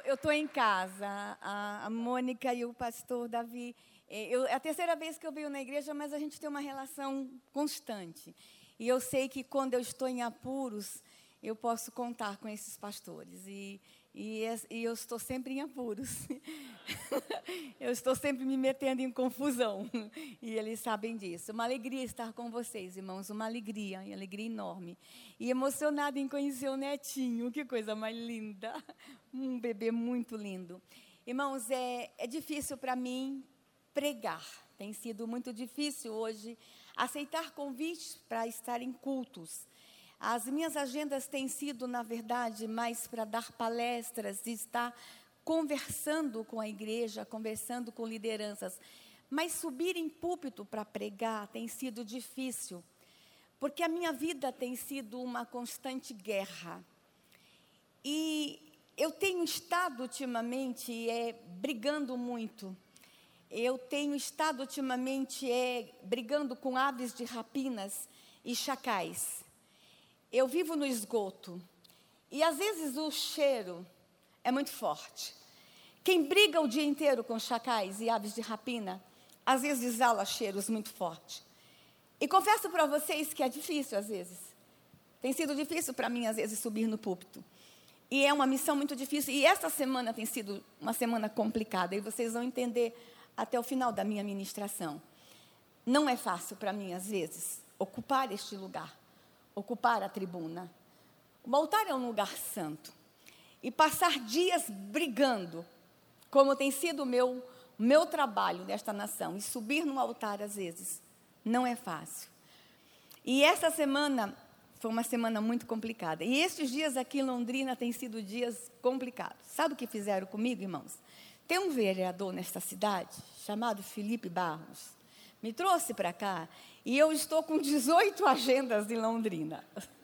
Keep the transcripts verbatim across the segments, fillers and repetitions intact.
eu estou em casa, a, a Mônica e o pastor Davi. Eu, é a terceira vez que eu venho na igreja, mas a gente tem uma relação constante. E eu sei que quando eu estou em apuros, eu posso contar com esses pastores. E, e, e eu estou sempre em apuros. Eu estou sempre me metendo em confusão. E eles sabem disso. Uma alegria estar com vocês, irmãos. Uma alegria, uma alegria enorme. E emocionada em conhecer o netinho. Que coisa mais linda. Um bebê muito lindo. Irmãos, é, é difícil para mim pregar. Tem sido muito difícil hoje aceitar convites para estar em cultos. As minhas agendas têm sido, na verdade, mais para dar palestras e estar conversando com a igreja, conversando com lideranças. Mas subir em púlpito para pregar tem sido difícil, porque a minha vida tem sido uma constante guerra. E eu tenho estado ultimamente é, brigando muito. Eu tenho estado ultimamente é, brigando com aves de rapinas e chacais. Eu vivo no esgoto. E às vezes o cheiro é muito forte. Quem briga o dia inteiro com chacais e aves de rapina, às vezes exala cheiros muito fortes. E confesso para vocês que é difícil às vezes. Tem sido difícil para mim às vezes subir no púlpito. E é uma missão muito difícil. E esta semana tem sido uma semana complicada. E vocês vão entender até o final da minha ministração. Não é fácil para mim, às vezes, ocupar este lugar, ocupar a tribuna. O altar é um lugar santo. E passar dias brigando, como tem sido o meu, meu trabalho nesta nação, e subir no altar, às vezes, não é fácil. E essa semana foi uma semana muito complicada. E estes dias aqui em Londrina têm sido dias complicados. Sabe o que fizeram comigo, irmãos? Tem um vereador nesta cidade, chamado Felipe Barros, me trouxe para cá, e eu estou com dezoito agendas em Londrina.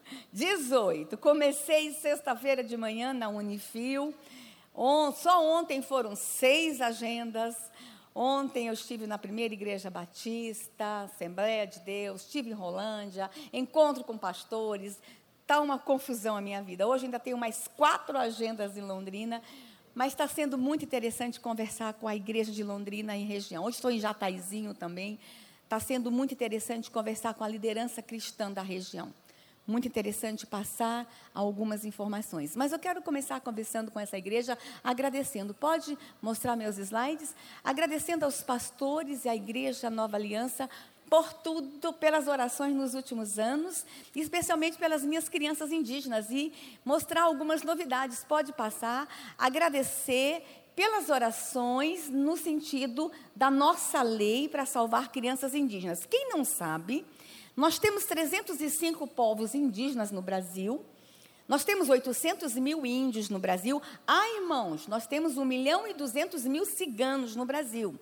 dezoito. Comecei sexta-feira de manhã na Unifil, on, só ontem foram seis agendas. Ontem eu estive na primeira igreja batista, Assembleia de Deus, estive em Rolândia, encontro com pastores, está uma confusão a minha vida. Hoje ainda tenho mais quatro agendas em Londrina, mas está sendo muito interessante conversar com a igreja de Londrina e região. Hoje estou em Jataizinho também. Está sendo muito interessante conversar com a liderança cristã da região. Muito interessante passar algumas informações. Mas eu quero começar conversando com essa igreja, agradecendo. Pode mostrar meus slides? Agradecendo aos pastores e à igreja Nova Aliança por tudo, pelas orações nos últimos anos, especialmente pelas minhas crianças indígenas, e mostrar algumas novidades. Pode passar, agradecer pelas orações no sentido da nossa lei para salvar crianças indígenas. Quem não sabe, nós temos trezentos e cinco povos indígenas no Brasil, nós temos oitocentos mil índios no Brasil. Ah, irmãos, nós temos um milhão e duzentos mil ciganos no Brasil.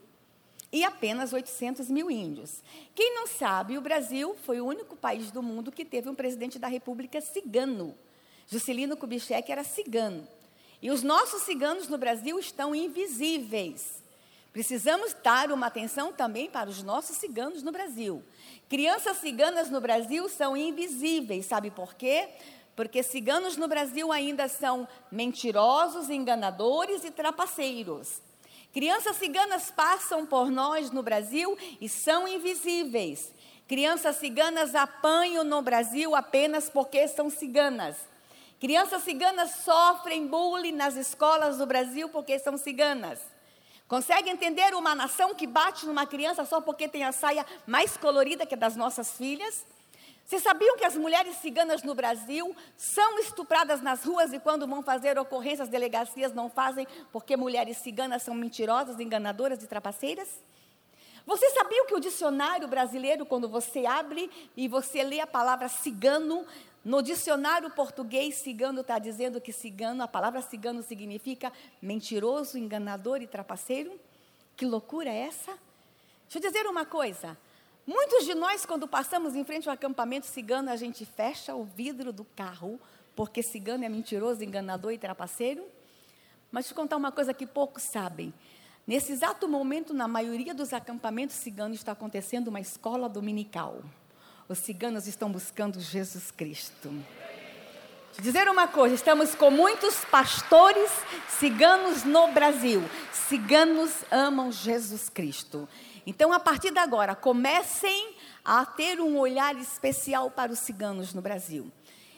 E apenas oitocentos mil índios. Quem não sabe, o Brasil foi o único país do mundo que teve um presidente da República cigano. Juscelino Kubitschek era cigano. E os nossos ciganos no Brasil estão invisíveis. Precisamos dar uma atenção também para os nossos ciganos no Brasil. Crianças ciganas no Brasil são invisíveis. Sabe por quê? Porque ciganos no Brasil ainda são mentirosos, enganadores e trapaceiros. Crianças ciganas passam por nós no Brasil e são invisíveis. Crianças ciganas apanham no Brasil apenas porque são ciganas. Crianças ciganas sofrem bullying nas escolas do Brasil porque são ciganas. Consegue entender uma nação que bate numa criança só porque tem a saia mais colorida que a das nossas filhas? Vocês sabiam que as mulheres ciganas no Brasil são estupradas nas ruas e quando vão fazer ocorrências, as delegacias não fazem porque mulheres ciganas são mentirosas, enganadoras e trapaceiras? Você sabia que o dicionário brasileiro, quando você abre e você lê a palavra cigano, no dicionário português, cigano está dizendo que cigano, a palavra cigano significa mentiroso, enganador e trapaceiro? Que loucura é essa? Deixa eu dizer uma coisa. Muitos de nós, quando passamos em frente ao acampamento cigano, a gente fecha o vidro do carro, porque cigano é mentiroso, enganador e trapaceiro. Mas deixa eu contar uma coisa que poucos sabem. Nesse exato momento, na maioria dos acampamentos ciganos, está acontecendo uma escola dominical. Os ciganos estão buscando Jesus Cristo. Te dizer uma coisa, estamos com muitos pastores ciganos no Brasil. Ciganos amam Jesus Cristo. Então, a partir de agora, comecem a ter um olhar especial para os ciganos no Brasil.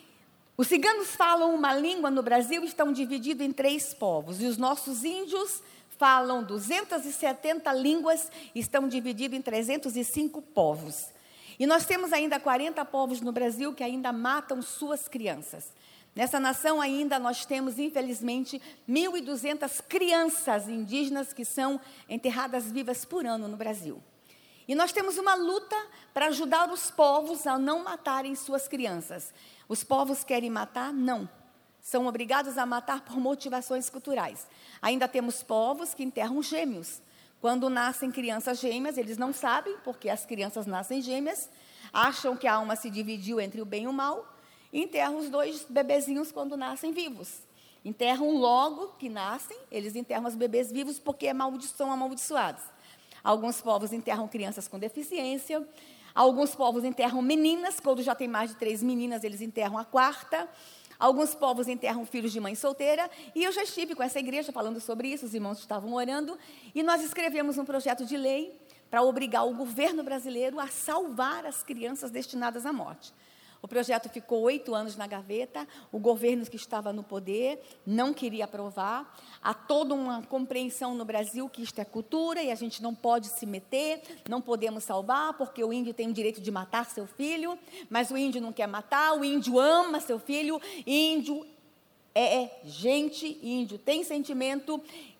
Os ciganos falam uma língua no Brasil, estão divididos em três povos. E os nossos índios falam duzentas e setenta línguas, estão divididos em trezentos e cinco povos. E nós temos ainda quarenta povos no Brasil que ainda matam suas crianças. Nessa nação ainda nós temos, infelizmente, mil e duzentas crianças indígenas que são enterradas vivas por ano no Brasil. E nós temos uma luta para ajudar os povos a não matarem suas crianças. Os povos querem matar? Não. São obrigados a matar por motivações culturais. Ainda temos povos que enterram gêmeos. Quando nascem crianças gêmeas, eles não sabem, porque as crianças nascem gêmeas, acham que a alma se dividiu entre o bem e o mal, e enterram os dois bebezinhos quando nascem vivos. Enterram logo que nascem, eles enterram os bebês vivos porque é maldição, são amaldiçoados. Alguns povos enterram crianças com deficiência, alguns povos enterram meninas, quando já tem mais de três meninas, eles enterram a quarta. Alguns povos enterram filhos de mãe solteira, e eu já estive com essa igreja falando sobre isso, os irmãos estavam orando, e nós escrevemos um projeto de lei para obrigar o governo brasileiro a salvar as crianças destinadas à morte. O projeto ficou oito anos na gaveta, o governo que estava no poder não queria aprovar. Há toda uma compreensão no Brasil que isto é cultura e a gente não pode se meter, não podemos salvar, porque o índio tem o direito de matar seu filho, mas o índio não quer matar, o índio ama seu filho, índio é, é gente, índio tem sentimento,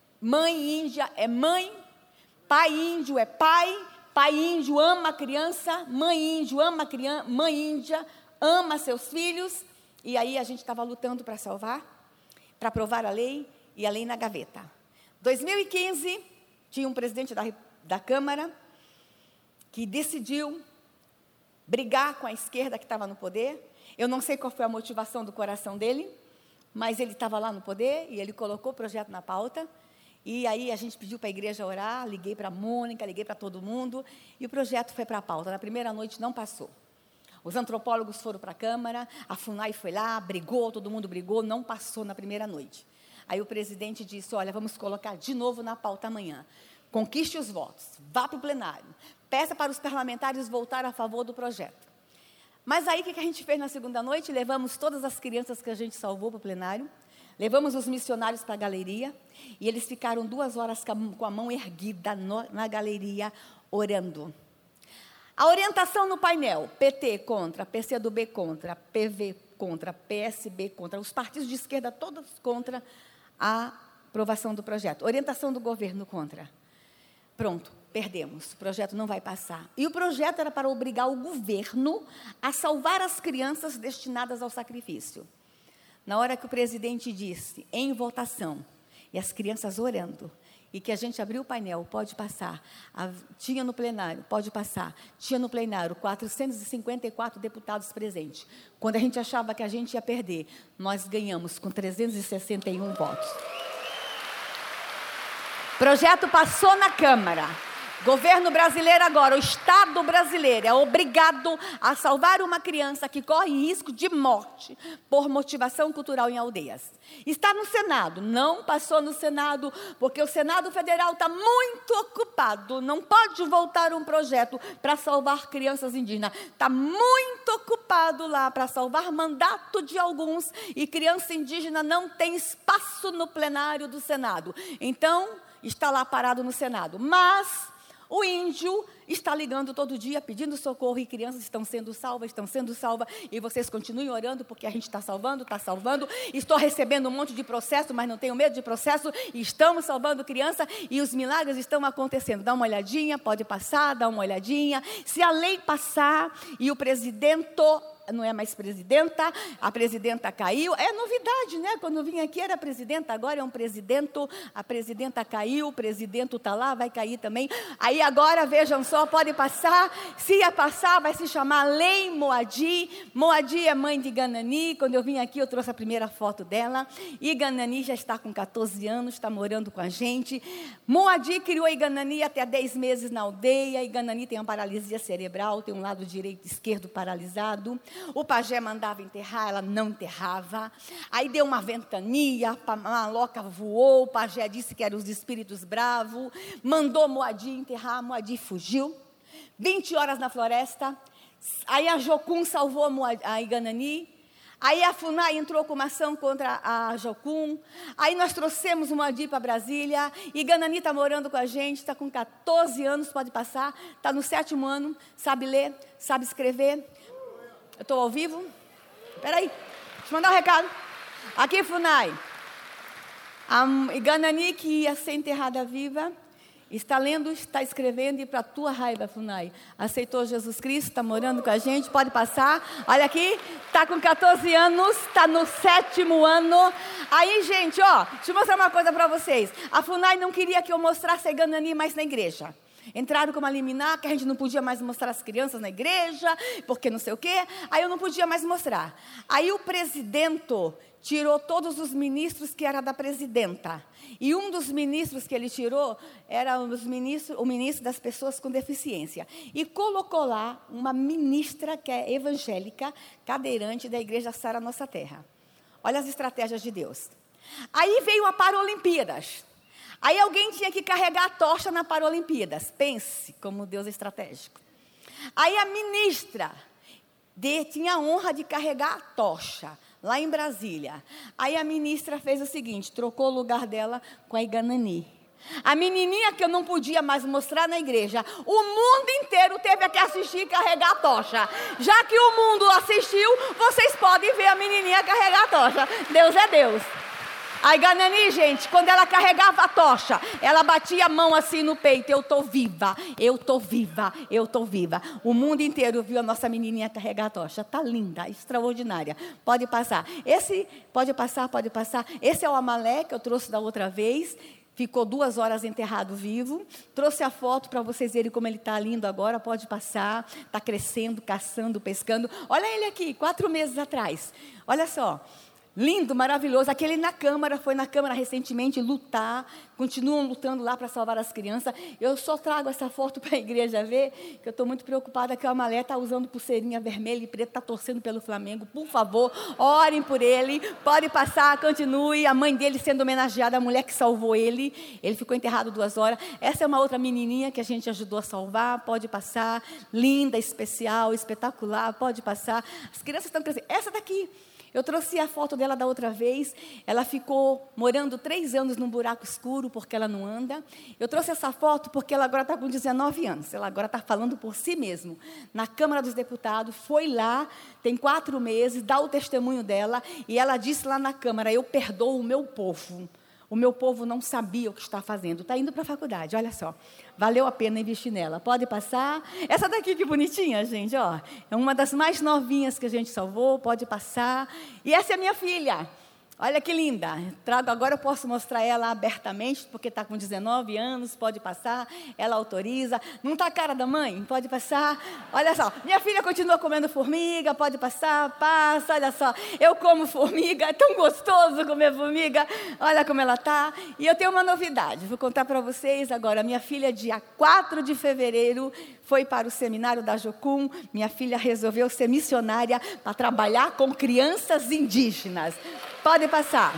mãe índia é mãe, pai índio é pai, pai índio ama a criança, mãe índio ama a criança, mãe índia ama seus filhos, e aí a gente estava lutando para salvar, para aprovar a lei, e a lei na gaveta. dois mil e quinze, tinha um presidente da, da Câmara, que decidiu brigar com a esquerda que estava no poder. Eu não sei qual foi a motivação do coração dele, mas ele estava lá no poder, e ele colocou o projeto na pauta, e aí a gente pediu para a igreja orar, liguei para a Mônica, liguei para todo mundo, e o projeto foi para a pauta. Na primeira noite não passou. Os antropólogos foram para a Câmara, a FUNAI foi lá, brigou, todo mundo brigou, não passou na primeira noite. Aí o presidente disse, olha, vamos colocar de novo na pauta amanhã. Conquiste os votos, vá para o plenário, peça para os parlamentares voltar a favor do projeto. Mas aí o que a gente fez na segunda noite? Levamos todas as crianças que a gente salvou para o plenário, levamos os missionários para a galeria, e eles ficaram duas horas com a mão erguida no, na galeria, orando. A orientação no painel, P T contra, P C do B contra, P V contra, P S B contra, os partidos de esquerda todos contra a aprovação do projeto. Orientação do governo contra. Pronto, perdemos, o projeto não vai passar. E o projeto era para obrigar o governo a salvar as crianças destinadas ao sacrifício. Na hora que o presidente disse, em votação, e as crianças orando, e que a gente abriu o painel, pode passar, a, tinha no plenário, pode passar, tinha no plenário quatrocentos e cinquenta e quatro deputados presentes. Quando a gente achava que a gente ia perder, nós ganhamos com trezentos e sessenta e um votos. O projeto passou na Câmara. Governo brasileiro agora, o Estado brasileiro é obrigado a salvar uma criança que corre risco de morte por motivação cultural em aldeias. Está no Senado, não passou no Senado, porque o Senado Federal está muito ocupado, não pode voltar um projeto para salvar crianças indígenas. Está muito ocupado lá para salvar mandato de alguns, e criança indígena não tem espaço no plenário do Senado. Então, está lá parado no Senado. Mas o índio está ligando todo dia, pedindo socorro, e crianças estão sendo salvas, estão sendo salvas, e vocês continuem orando, porque a gente está salvando, está salvando. Estou recebendo um monte de processo, mas não tenho medo de processo, e estamos salvando criança, e os milagres estão acontecendo. Dá uma olhadinha, pode passar, dá uma olhadinha. Se a lei passar, e o presidente não é mais presidenta, a presidenta caiu, é novidade, né? Quando eu vim aqui era presidenta, agora é um presidente, a presidenta caiu, o presidente está lá, vai cair também. Aí agora, vejam só, pode passar, se ia passar, vai se chamar Lei Moadi. Moadi é mãe de Ganani. Quando eu vim aqui, eu trouxe a primeira foto dela, e Ganani já está com quatorze anos, está morando com a gente. Moadi criou a Ganani até dez meses na aldeia, e Ganani tem uma paralisia cerebral, tem um lado direito e esquerdo paralisado. O pajé mandava enterrar, ela não enterrava. Aí deu uma ventania, a maloca voou, o pajé disse que eram os espíritos bravos, mandou Moadi enterrar, Moadi fugiu. vinte horas na floresta, aí a Jocum salvou a Iganani. Aí a FUNAI entrou com uma ação contra a Jocum. Aí nós trouxemos o Moadi para Brasília. E Ganani está morando com a gente, está com quatorze anos, pode passar. Está no sétimo ano, sabe ler, sabe escrever. Eu estou ao vivo? Espera aí, deixa eu mandar um recado. Aqui, FUNAI. A Ganani, que ia ser enterrada viva, está lendo, está escrevendo, e para a tua raiva, FUNAI, aceitou Jesus Cristo, está morando com a gente, pode passar. Olha aqui, está com quatorze anos, está no sétimo ano. Aí, gente, ó, deixa eu mostrar uma coisa para vocês. A FUNAI não queria que eu mostrasse a Ganani mais na igreja. Entraram com uma liminar que a gente não podia mais mostrar as crianças na igreja, porque não sei o quê. Aí eu não podia mais mostrar. Aí o presidente tirou todos os ministros que era da presidenta. E um dos ministros que ele tirou era os ministros, o ministro das pessoas com deficiência. E colocou lá uma ministra que é evangélica, cadeirante da igreja Sara Nossa Terra. Olha as estratégias de Deus. Aí veio a Paralimpíadas. Aí alguém tinha que carregar a tocha na Paralimpíadas. Pense como Deus é estratégico. Aí a ministra de, tinha a honra de carregar a tocha lá em Brasília. Aí a ministra fez o seguinte, trocou o lugar dela com a Iganani. A menininha que eu não podia mais mostrar na igreja, o mundo inteiro teve que assistir e carregar a tocha. Já que o mundo assistiu, vocês podem ver a menininha carregar a tocha. Deus é Deus. A Iganani, gente, quando ela carregava a tocha, ela batia a mão assim no peito, eu estou viva, eu estou viva, eu estou viva. O mundo inteiro viu a nossa menininha carregar a tocha. Está linda, extraordinária. Pode passar. Esse, pode passar, pode passar. Esse é o Amalé que eu trouxe da outra vez. Ficou duas horas enterrado vivo. Trouxe a foto para vocês verem como ele está lindo agora. Pode passar. Está crescendo, caçando, pescando. Olha ele aqui, quatro meses atrás. Olha só. Lindo, maravilhoso. Aquele na Câmara, foi na Câmara recentemente lutar, continuam lutando lá para salvar as crianças. Eu só trago essa foto para a igreja ver, que eu estou muito preocupada que o Amalé está usando pulseirinha vermelha e preta, está torcendo pelo Flamengo. Por favor, orem por ele, pode passar, continue. A mãe dele sendo homenageada, a mulher que salvou ele, ele ficou enterrado duas horas. Essa é uma outra menininha que a gente ajudou a salvar, pode passar. Linda, especial, espetacular, pode passar. As crianças estão crescendo. Essa daqui. Eu trouxe a foto dela da outra vez, ela ficou morando três anos num buraco escuro, porque ela não anda. Eu trouxe essa foto porque ela agora está com dezenove anos, ela agora está falando por si mesma. Na Câmara dos Deputados, foi lá, tem quatro meses, dá o testemunho dela, e ela disse lá na Câmara, eu perdoo o meu povo. O meu povo não sabia o que está fazendo. Está indo para a faculdade, olha só. Valeu a pena investir nela. Pode passar. Essa daqui que bonitinha, gente, ó. É uma das mais novinhas que a gente salvou. Pode passar. E essa é a minha filha. Olha que linda. Trago agora, eu posso mostrar ela abertamente, porque está com dezenove anos, pode passar, ela autoriza. Não está a cara da mãe? Pode passar. Olha só, minha filha continua comendo formiga, pode passar, passa, olha só. Eu como formiga, é tão gostoso comer formiga. Olha como ela está. E eu tenho uma novidade, vou contar para vocês agora. Minha filha, dia quatro de fevereiro, foi para o seminário da Jocum. Minha filha resolveu ser missionária para trabalhar com crianças indígenas. Pode passar.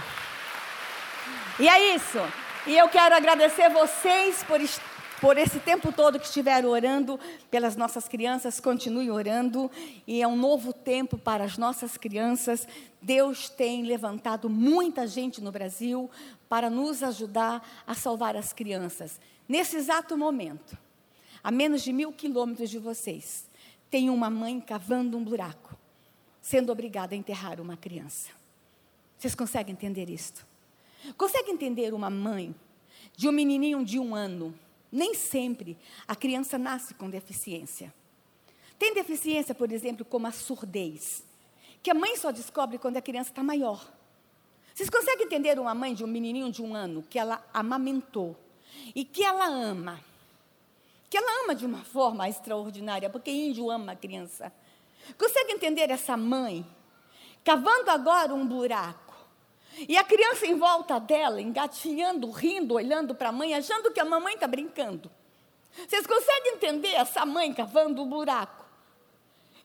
E é isso. E eu quero agradecer vocês por, por esse tempo todo que estiveram orando pelas nossas crianças. Continue orando. E é um novo tempo para as nossas crianças. Deus tem levantado muita gente no Brasil para nos ajudar a salvar as crianças. Nesse exato momento, a menos de mil quilômetros de vocês, tem uma mãe cavando um buraco, sendo obrigada a enterrar uma criança. Vocês conseguem entender isto? Conseguem entender uma mãe de um menininho de um ano? Nem sempre a criança nasce com deficiência. Tem deficiência, por exemplo, como a surdez, que a mãe só descobre quando a criança está maior. Vocês conseguem entender uma mãe de um menininho de um ano que ela amamentou e que ela ama? Que ela ama de uma forma extraordinária, porque índio ama a criança. Consegue entender essa mãe cavando agora um buraco? E a criança em volta dela, engatinhando, rindo, olhando para a mãe, achando que a mamãe está brincando. Vocês conseguem entender essa mãe cavando um buraco?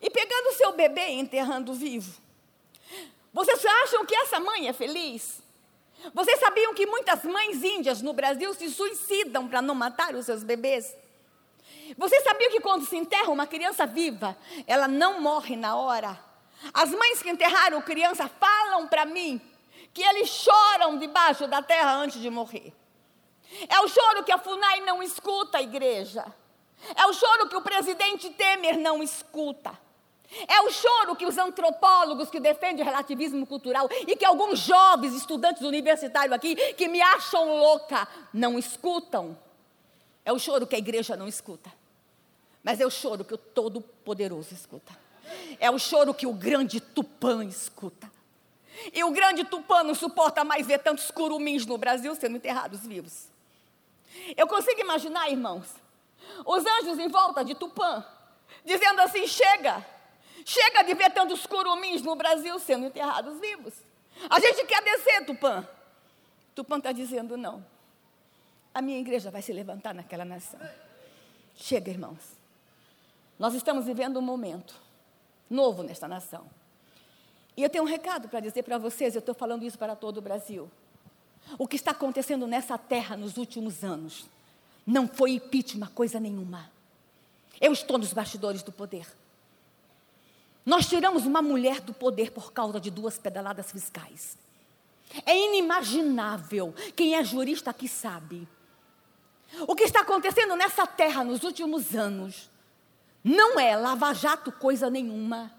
e pegando o seu bebê e enterrando vivo. Vocês acham que essa mãe é feliz? Vocês sabiam que muitas mães índias no Brasil se suicidam para não matar os seus bebês? Vocês sabiam que quando se enterra uma criança viva, ela não morre na hora? As mães que enterraram criança falam para mim que eles choram debaixo da terra antes de morrer. É o choro que a FUNAI não escuta, a igreja. É o choro que o presidente Temer não escuta. É o choro que os antropólogos que defendem o relativismo cultural e que alguns jovens estudantes universitários aqui, que me acham louca, não escutam. É o choro que a igreja não escuta. Mas é o choro que o Todo-Poderoso escuta. É o choro que o grande Tupã escuta. E o grande Tupã não suporta mais ver tantos curumins no Brasil sendo enterrados vivos. Eu consigo imaginar, irmãos, os anjos em volta de Tupã, dizendo assim: chega, chega de ver tantos curumins no Brasil sendo enterrados vivos. A gente quer descer, Tupã. Tupã está dizendo: não, a minha igreja vai se levantar naquela nação. Chega, irmãos. Nós estamos vivendo um momento novo nesta nação. E eu tenho um recado para dizer para vocês, eu estou falando isso para todo o Brasil. O que está acontecendo nessa terra nos últimos anos não foi impeachment, coisa nenhuma. Eu estou nos bastidores do poder. Nós tiramos uma mulher do poder por causa de duas pedaladas fiscais. É inimaginável. Quem é jurista aqui sabe. O que está acontecendo nessa terra nos últimos anos não é lava-jato coisa nenhuma.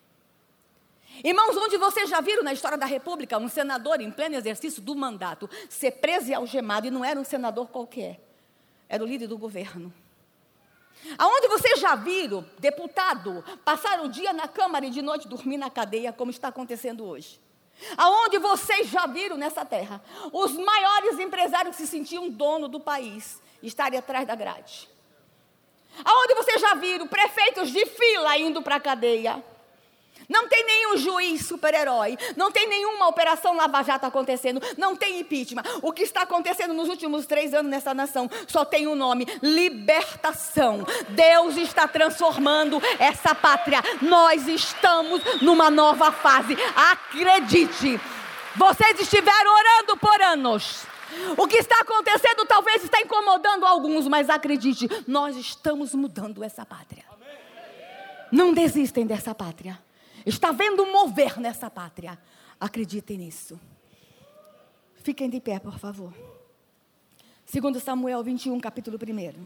Irmãos, onde vocês já viram na história da República um senador em pleno exercício do mandato ser preso e algemado, e não era um senador qualquer, era o líder do governo. Aonde vocês já viram deputado passar o dia na Câmara e de noite dormir na cadeia, como está acontecendo hoje? Aonde vocês já viram nessa terra os maiores empresários que se sentiam dono do país estarem atrás da grade? Aonde vocês já viram prefeitos de fila indo para a cadeia? Não tem nenhum juiz super-herói, não tem nenhuma operação lava-jato acontecendo, não tem impeachment. O que está acontecendo nos últimos três anos nessa nação só tem um nome: libertação. Deus está transformando essa pátria. Nós estamos numa nova fase. Acredite, vocês estiveram orando por anos. O que está acontecendo talvez está incomodando alguns, mas acredite, nós estamos mudando essa pátria. Não desistem dessa pátria. Está vendo mover nessa pátria. Acreditem nisso. Fiquem de pé, por favor. Segundo Samuel vinte e um, capítulo um.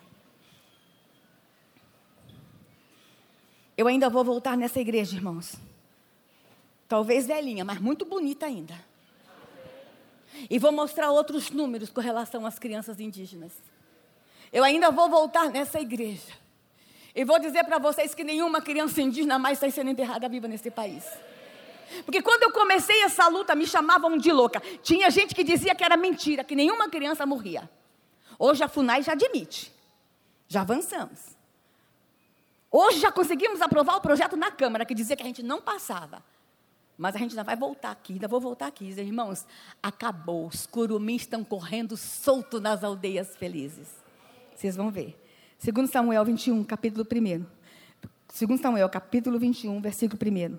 Eu ainda vou voltar nessa igreja, irmãos. Talvez velhinha, mas muito bonita ainda. E vou mostrar outros números com relação às crianças indígenas. Eu ainda vou voltar nessa igreja. E vou dizer para vocês que nenhuma criança indígena mais está sendo enterrada viva nesse país. Porque quando eu comecei essa luta, me chamavam de louca. Tinha gente que dizia que era mentira, que nenhuma criança morria. Hoje a FUNAI já admite. Já avançamos. Hoje já conseguimos aprovar o projeto na Câmara, que dizia que a gente não passava. Mas a gente ainda vai voltar aqui, ainda vou voltar aqui. Irmãos, acabou. Os curumins estão correndo solto nas aldeias felizes. Vocês vão ver. Segundo Samuel vinte e um, capítulo um. Segundo Samuel, capítulo vinte e um, versículo um.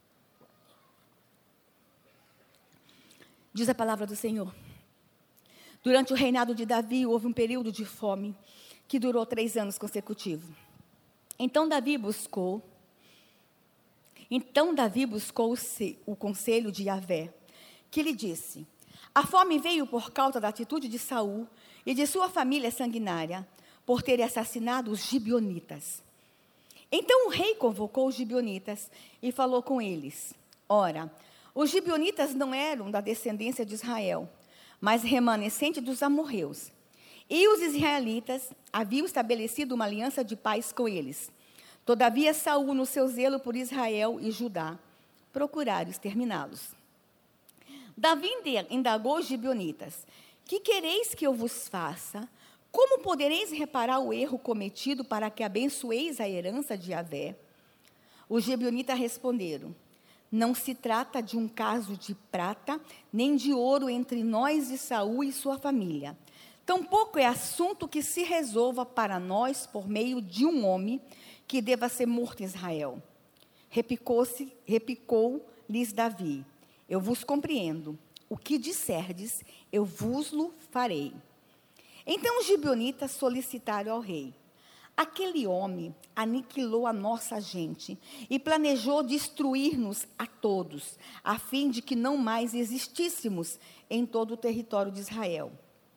Diz a palavra do Senhor. Durante o reinado de Davi, houve um período de fome que durou três anos consecutivos. Então Davi buscou, então Davi buscou o conselho de Yahvé, que lhe disse: a fome veio por causa da atitude de Saul e de sua família sanguinária, por terem assassinado os gibeonitas. Então o rei convocou os gibeonitas e falou com eles. Ora, os gibeonitas não eram da descendência de Israel, mas remanescente dos amorreus. E os israelitas haviam estabelecido uma aliança de paz com eles. Todavia Saul, no seu zelo por Israel e Judá, procuraram exterminá-los. Davi indagou os gibeonitas: que quereis que eu vos faça? Como podereis reparar o erro cometido para que abençoeis a herança de Yahvé? Os gibeonitas responderam: não se trata de um caso de prata, nem de ouro entre nós e Saul e sua família. Tampouco é assunto que se resolva para nós por meio de um homem que deva ser morto em Israel. Repicou-se, repicou-lhes Davi: eu vos compreendo, o que disserdes, eu vos-lo farei. Então os gibeonitas solicitaram ao rei: aquele homem aniquilou a nossa gente e planejou destruir-nos a todos, a fim de que não mais existíssemos em todo o território de Israel.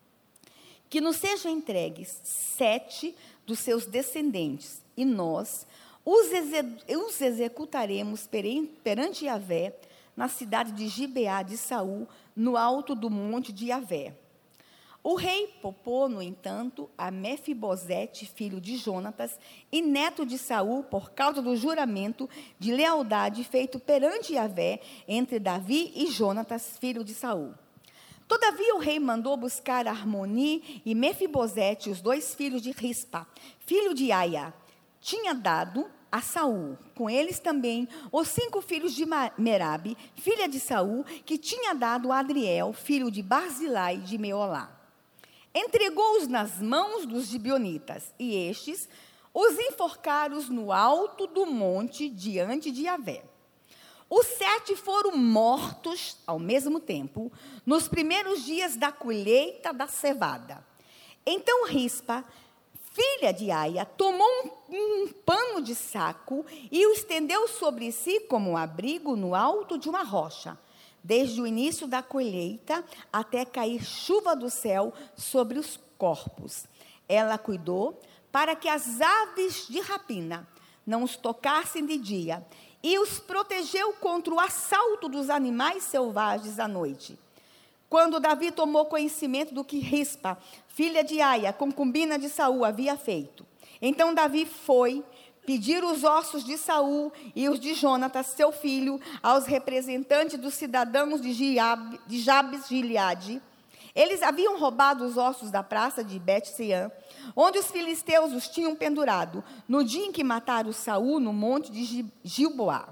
Que nos sejam entregues sete dos seus descendentes, e nós os, exe- os executaremos perante Yahvé, na cidade de Gibeá de Saul, no alto do monte de Yahvé. O rei poupou, no entanto, a Mefibosete, filho de Jonatas, e neto de Saul, por causa do juramento de lealdade feito perante Yahvé entre Davi e Jonatas, filho de Saul. Todavia o rei mandou buscar Armoni e Mefibosete, os dois filhos de Rispa, filho de Aia. Tinha dado a Saul, com eles também, os cinco filhos de Merabe, filha de Saul, que tinha dado a Adriel, filho de Barzilai de Meolá. Entregou-os nas mãos dos gibeonitas, e estes os enforcaram no alto do monte, diante de Yahvé. Os sete foram mortos, ao mesmo tempo, nos primeiros dias da colheita da cevada. Então Rispa, filha de Aia, tomou um, um pano de saco e o estendeu sobre si como abrigo no alto de uma rocha, desde o início da colheita até cair chuva do céu sobre os corpos. Ela cuidou para que as aves de rapina não os tocassem de dia, e os protegeu contra o assalto dos animais selvagens à noite. Quando Davi tomou conhecimento do que Rispa, filha de Aia, concubina de Saul, havia feito, então Davi foi pedir os ossos de Saul e os de Jonatas, seu filho, aos representantes dos cidadãos de, Giab, de Jabes de Gileade. Eles haviam roubado os ossos da praça de Bet-Sean, onde os filisteus os tinham pendurado, no dia em que mataram Saul no monte de Gilboá.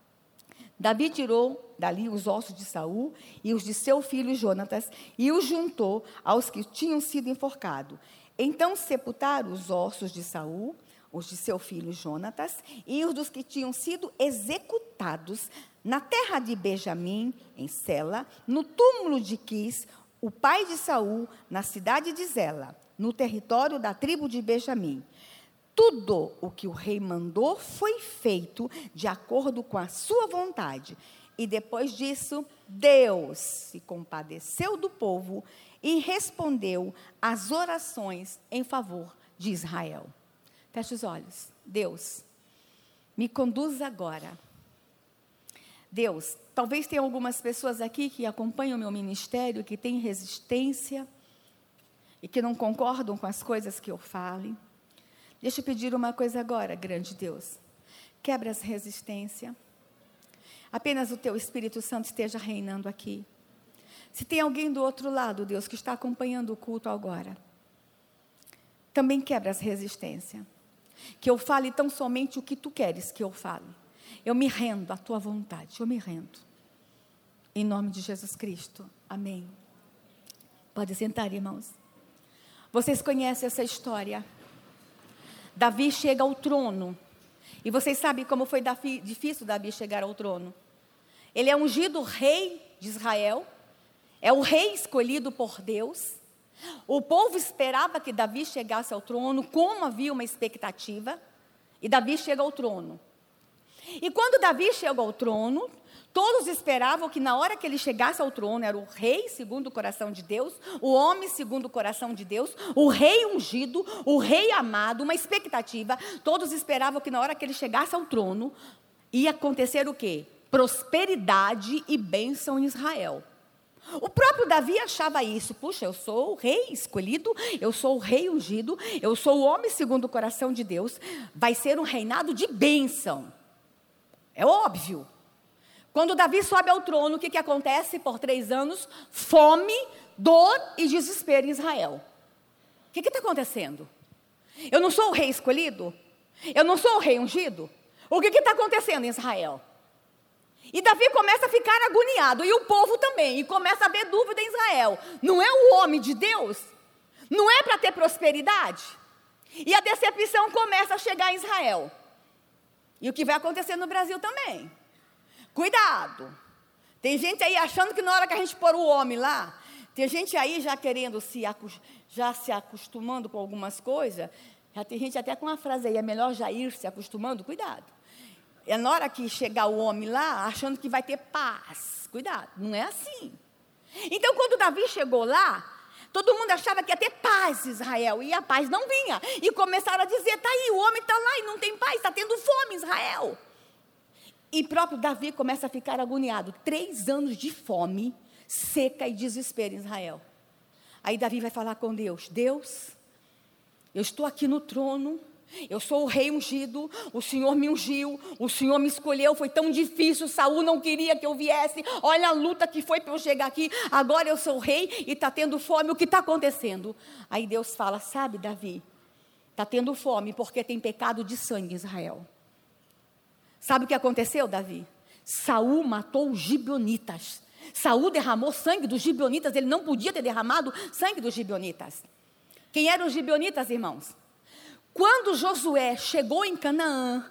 Davi tirou dali os ossos de Saul e os de seu filho Jonatas, e os juntou aos que tinham sido enforcados. Então sepultaram os ossos de Saul, os de seu filho Jonatas, e os dos que tinham sido executados na terra de Benjamim, em Sela, no túmulo de Quis, o pai de Saul, na cidade de Zela, no território da tribo de Benjamim. Tudo o que o rei mandou foi feito de acordo com a sua vontade. E depois disso, Deus se compadeceu do povo e respondeu às orações em favor de Israel. Feche os olhos. Deus, me conduz agora. Deus, talvez tenha algumas pessoas aqui que acompanham o meu ministério, que têm resistência e que não concordam com as coisas que eu falo. Deixa eu pedir uma coisa agora, grande Deus. Quebra as resistências. Apenas o Teu Espírito Santo esteja reinando aqui. Se tem alguém do outro lado, Deus, que está acompanhando o culto agora, também quebra as resistências. Que eu fale tão somente o que Tu queres que eu fale. Eu me rendo à Tua vontade, eu me rendo. Em nome de Jesus Cristo. Amém. Pode sentar, irmãos. Vocês conhecem essa história. Davi chega ao trono. E vocês sabem como foi difícil Davi chegar ao trono. Ele é ungido rei de Israel. É o rei escolhido por Deus. O povo esperava que Davi chegasse ao trono, como havia uma expectativa. E Davi chega ao trono. E quando Davi chega ao trono, todos esperavam que na hora que ele chegasse ao trono, era o rei segundo o coração de Deus, o homem segundo o coração de Deus, o rei ungido, o rei amado, uma expectativa. Todos esperavam que na hora que ele chegasse ao trono, ia acontecer o quê? Prosperidade e bênção em Israel. O próprio Davi achava isso. Puxa, eu sou o rei escolhido, eu sou o rei ungido, eu sou o homem segundo o coração de Deus. Vai ser um reinado de bênção. É óbvio. Quando Davi sobe ao trono, o que, que acontece por três anos? Fome, dor e desespero em Israel. O que está acontecendo? Eu não sou o rei escolhido? Eu não sou o rei ungido? O que está acontecendo em Israel? E Davi começa a ficar agoniado, e o povo também, e começa a haver dúvida em Israel. Não é o homem de Deus? Não é para ter prosperidade? E a decepção começa a chegar em Israel. E o que vai acontecer no Brasil também. Cuidado. Tem gente aí achando que na hora que a gente pôr o homem lá, tem gente aí já querendo se, já se acostumando com algumas coisas. Já tem gente até com uma frase aí, é melhor já ir se acostumando, cuidado. É na hora que chegar o homem lá, achando que vai ter paz. Cuidado, não é assim. Então, quando Davi chegou lá, todo mundo achava que ia ter paz em Israel, e a paz não vinha. E começaram a dizer, está aí, o homem está lá e não tem paz, está tendo fome em Israel. E próprio Davi começa a ficar agoniado. Três anos de fome, seca e desespero em Israel. Aí Davi vai falar com Deus, Deus, eu estou aqui no trono, eu sou o rei ungido, o Senhor me ungiu, o Senhor me escolheu, foi tão difícil, Saul não queria que eu viesse, olha a luta que foi para eu chegar aqui, agora eu sou o rei e está tendo fome, o que está acontecendo? Aí Deus fala, sabe Davi, está tendo fome porque tem pecado de sangue em Israel. Sabe o que aconteceu, Davi? Saul matou os gibeonitas, Saul derramou sangue dos gibeonitas, ele não podia ter derramado sangue dos gibeonitas. Quem eram os gibeonitas, irmãos? Quando Josué chegou em Canaã,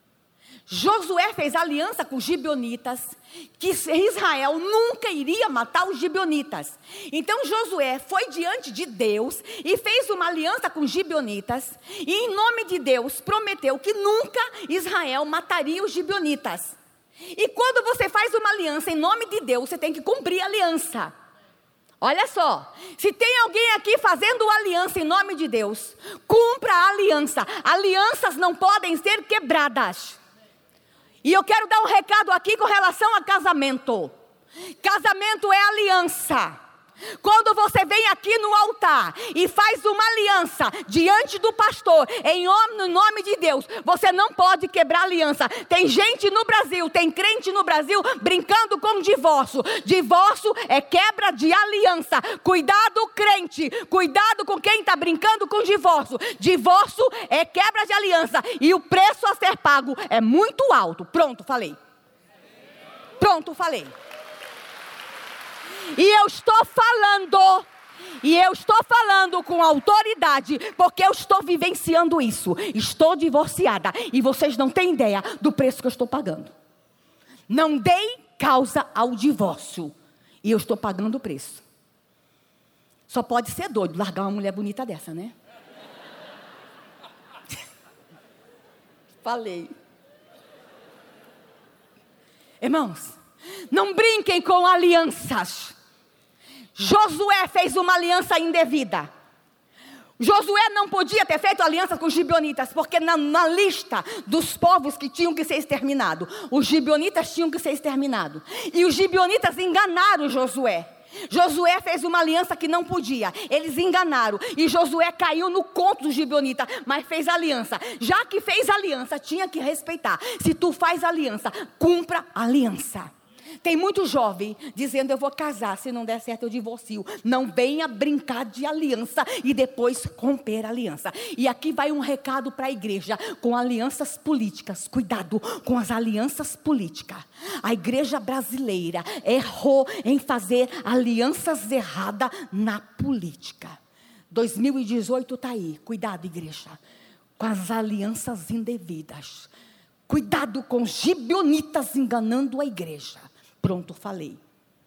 Josué fez aliança com os gibeonitas, que Israel nunca iria matar os gibeonitas. Então Josué foi diante de Deus e fez uma aliança com os gibeonitas, e em nome de Deus prometeu que nunca Israel mataria os gibeonitas. E quando você faz uma aliança em nome de Deus, você tem que cumprir a aliança. Olha só, se tem alguém aqui fazendo aliança em nome de Deus, cumpra a aliança. Alianças não podem ser quebradas. E eu quero dar um recado aqui com relação a casamento. Casamento é aliança. Quando você vem aqui no altar e faz uma aliança diante do pastor, em nome de Deus, você não pode quebrar aliança. Tem gente no Brasil, tem crente no Brasil brincando com divórcio. Divórcio é quebra de aliança. Cuidado, crente, cuidado com quem está brincando com divórcio. Divórcio é quebra de aliança e o preço a ser pago é muito alto. Pronto, falei. Pronto, falei. E eu estou falando, e eu estou falando com autoridade, porque eu estou vivenciando isso. Estou divorciada, e vocês não têm ideia do preço que eu estou pagando. Não dei causa ao divórcio, e eu estou pagando o preço. Só pode ser doido largar uma mulher bonita dessa, né? Falei. Irmãos, não brinquem com alianças. Josué fez uma aliança indevida. Josué não podia ter feito aliança com os gibeonitas, porque na, na lista dos povos que tinham que ser exterminados, os gibeonitas tinham que ser exterminados. E os gibeonitas enganaram Josué. Josué fez uma aliança que não podia. Eles enganaram. E Josué caiu no conto dos gibeonitas, mas fez aliança. Já que fez aliança, tinha que respeitar. Se tu faz aliança, cumpra a aliança. Tem muito jovem dizendo, eu vou casar, se não der certo eu divorcio. Não venha brincar de aliança e depois romper a aliança. E aqui vai um recado para a igreja com alianças políticas. Cuidado com as alianças políticas. A igreja brasileira errou em fazer alianças erradas na política. dois mil e dezoito está aí. Cuidado, igreja, com as alianças indevidas. Cuidado com os gibeonitas enganando a igreja. Pronto, falei.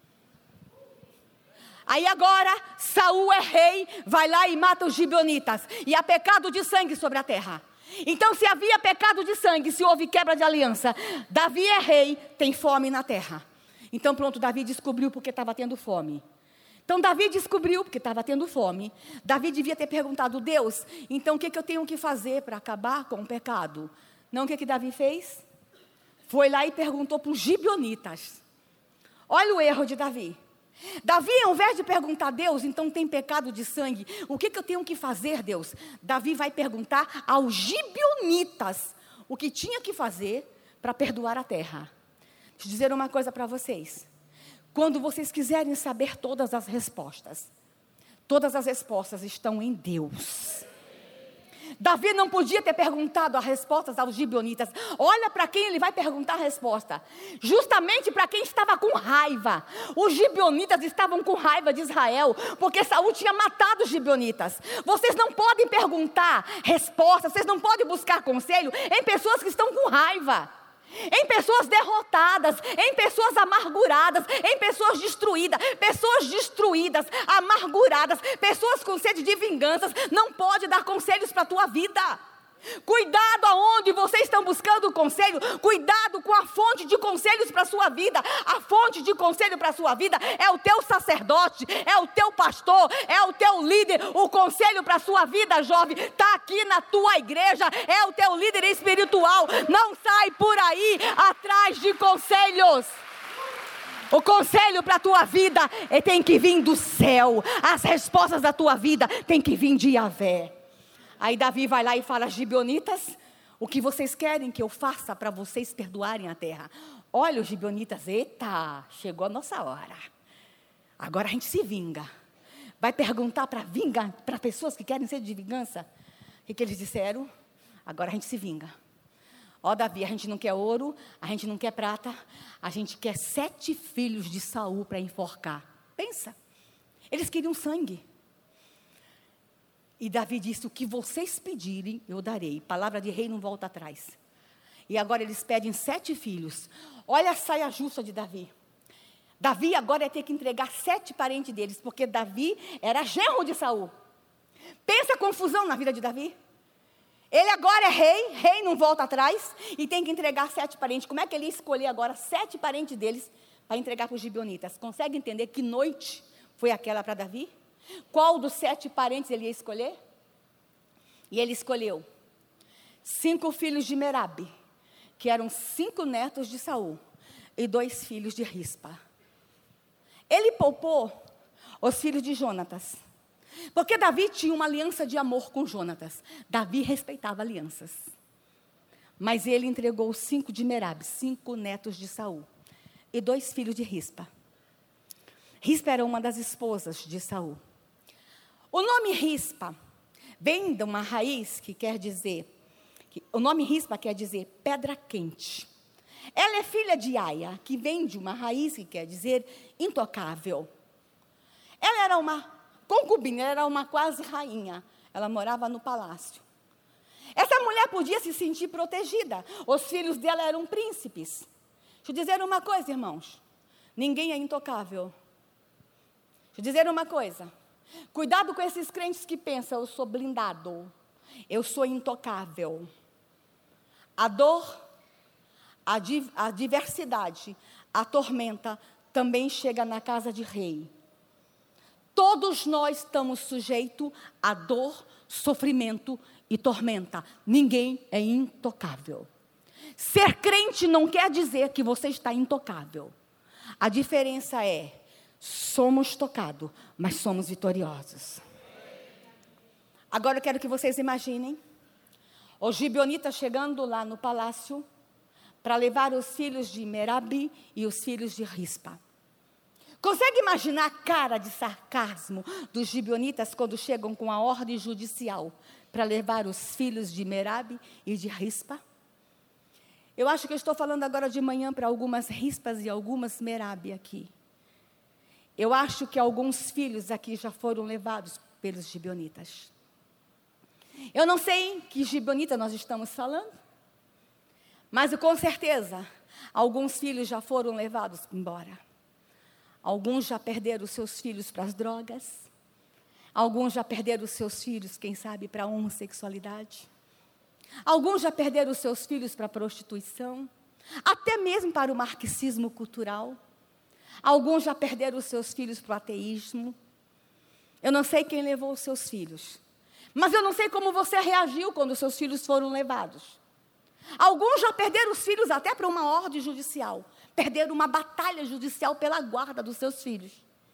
Aí agora, Saul é rei, vai lá e mata os gibeonitas. E há pecado de sangue sobre a terra. Então, se havia pecado de sangue, se houve quebra de aliança, Davi é rei, tem fome na terra. Então pronto, Davi descobriu porque estava tendo fome. Então Davi descobriu porque estava tendo fome. Davi devia ter perguntado, Deus, então o que, que eu tenho que fazer para acabar com o pecado? Não, o que, que Davi fez? Foi lá e perguntou para os gibeonitas. Olha o erro de Davi. Davi, ao invés de perguntar a Deus, então tem pecado de sangue, o que, que eu tenho que fazer, Deus? Davi vai perguntar aos gibeonitas o que tinha que fazer para perdoar a terra. Deixa eu dizer uma coisa para vocês. Quando vocês quiserem saber todas as respostas, todas as respostas estão em Deus. Davi não podia ter perguntado as respostas aos gibeonitas. Olha para quem ele vai perguntar a resposta. Justamente para quem estava com raiva. Os gibeonitas estavam com raiva de Israel, porque Saul tinha matado os gibeonitas. Vocês não podem perguntar respostas, vocês não podem buscar conselho em pessoas que estão com raiva, em pessoas derrotadas, em pessoas amarguradas, em pessoas destruídas, pessoas destruídas, amarguradas, pessoas com sede de vinganças. Não pode dar conselhos para a tua vida. Cuidado aonde vocês estão buscando conselho. Cuidado com a fonte de conselhos para a sua vida. A fonte de conselho para a sua vida é o teu sacerdote, é o teu pastor, é o teu líder. O conselho para a sua vida, jovem, está aqui na tua igreja. É o teu líder espiritual. Não sai por aí atrás de conselhos. O conselho para a tua vida é, tem que vir do céu. As respostas da tua vida tem que vir de Yahvé. Aí Davi vai lá e fala: gibeonitas, o que vocês querem que eu faça para vocês perdoarem a terra? Olha os gibeonitas, eita, chegou a nossa hora. Agora a gente se vinga. Vai perguntar para vingar, para pessoas que querem ser de vingança? O que, que eles disseram? Agora a gente se vinga. Ó Davi, a gente não quer ouro, a gente não quer prata, a gente quer sete filhos de Saul para enforcar. Pensa, eles queriam sangue. E Davi disse: o que vocês pedirem, eu darei. Palavra de rei não volta atrás. E agora eles pedem sete filhos. Olha a saia justa de Davi. Davi agora ia ter que entregar sete parentes deles, porque Davi era genro de Saul. Pensa a confusão na vida de Davi. Ele agora é rei, rei não volta atrás, e tem que entregar sete parentes. Como é que ele ia escolher agora sete parentes deles para entregar para os gibeonitas? Consegue entender que noite foi aquela para Davi? Qual dos sete parentes ele ia escolher? E ele escolheu cinco filhos de Merabe, que eram cinco netos de Saul, e dois filhos de Rispa. Ele poupou os filhos de Jonatas, porque Davi tinha uma aliança de amor com Jonatas. Davi respeitava alianças. Mas ele entregou os cinco de Merabe, cinco netos de Saul, e dois filhos de Rispa. Rispa era uma das esposas de Saul. O nome Rispa vem de uma raiz que quer dizer, que, o nome Rispa quer dizer pedra quente. Ela é filha de Aia, que vem de uma raiz que quer dizer intocável. Ela era uma concubina, ela era uma quase rainha. Ela morava no palácio. Essa mulher podia se sentir protegida. Os filhos dela eram príncipes. Deixa eu dizer uma coisa, irmãos. Ninguém é intocável. Deixa eu dizer uma coisa. Cuidado com esses crentes que pensam: eu sou blindado, eu sou intocável. A dor, a, di, a diversidade, a tormenta também chega na casa de rei. Todos nós estamos sujeitos a dor, sofrimento e tormenta. Ninguém é intocável. Ser crente não quer dizer que você está intocável. A diferença é: somos tocados, mas somos vitoriosos. Agora eu quero que vocês imaginem os gibeonitas chegando lá no palácio para levar os filhos de Merabe e os filhos de Rispa. Consegue imaginar a cara de sarcasmo dos gibeonitas quando chegam com a ordem judicial para levar os filhos de Merabe e de Rispa? Eu acho que eu estou falando agora de manhã para algumas Rispas e algumas Merabe aqui. Eu acho que alguns filhos aqui já foram levados pelos gibeonitas. Eu não sei que gibeonita nós estamos falando, mas com certeza alguns filhos já foram levados embora. Alguns já perderam os seus filhos para as drogas. Alguns já perderam os seus filhos, quem sabe, para a homossexualidade. Alguns já perderam os seus filhos para a prostituição, até mesmo para o marxismo cultural. Alguns já perderam os seus filhos para o ateísmo. Eu não sei quem levou os seus filhos, mas eu não sei como você reagiu quando os seus filhos foram levados. Alguns já perderam os filhos até para uma ordem judicial. Perderam uma batalha judicial pela guarda dos seus filhos.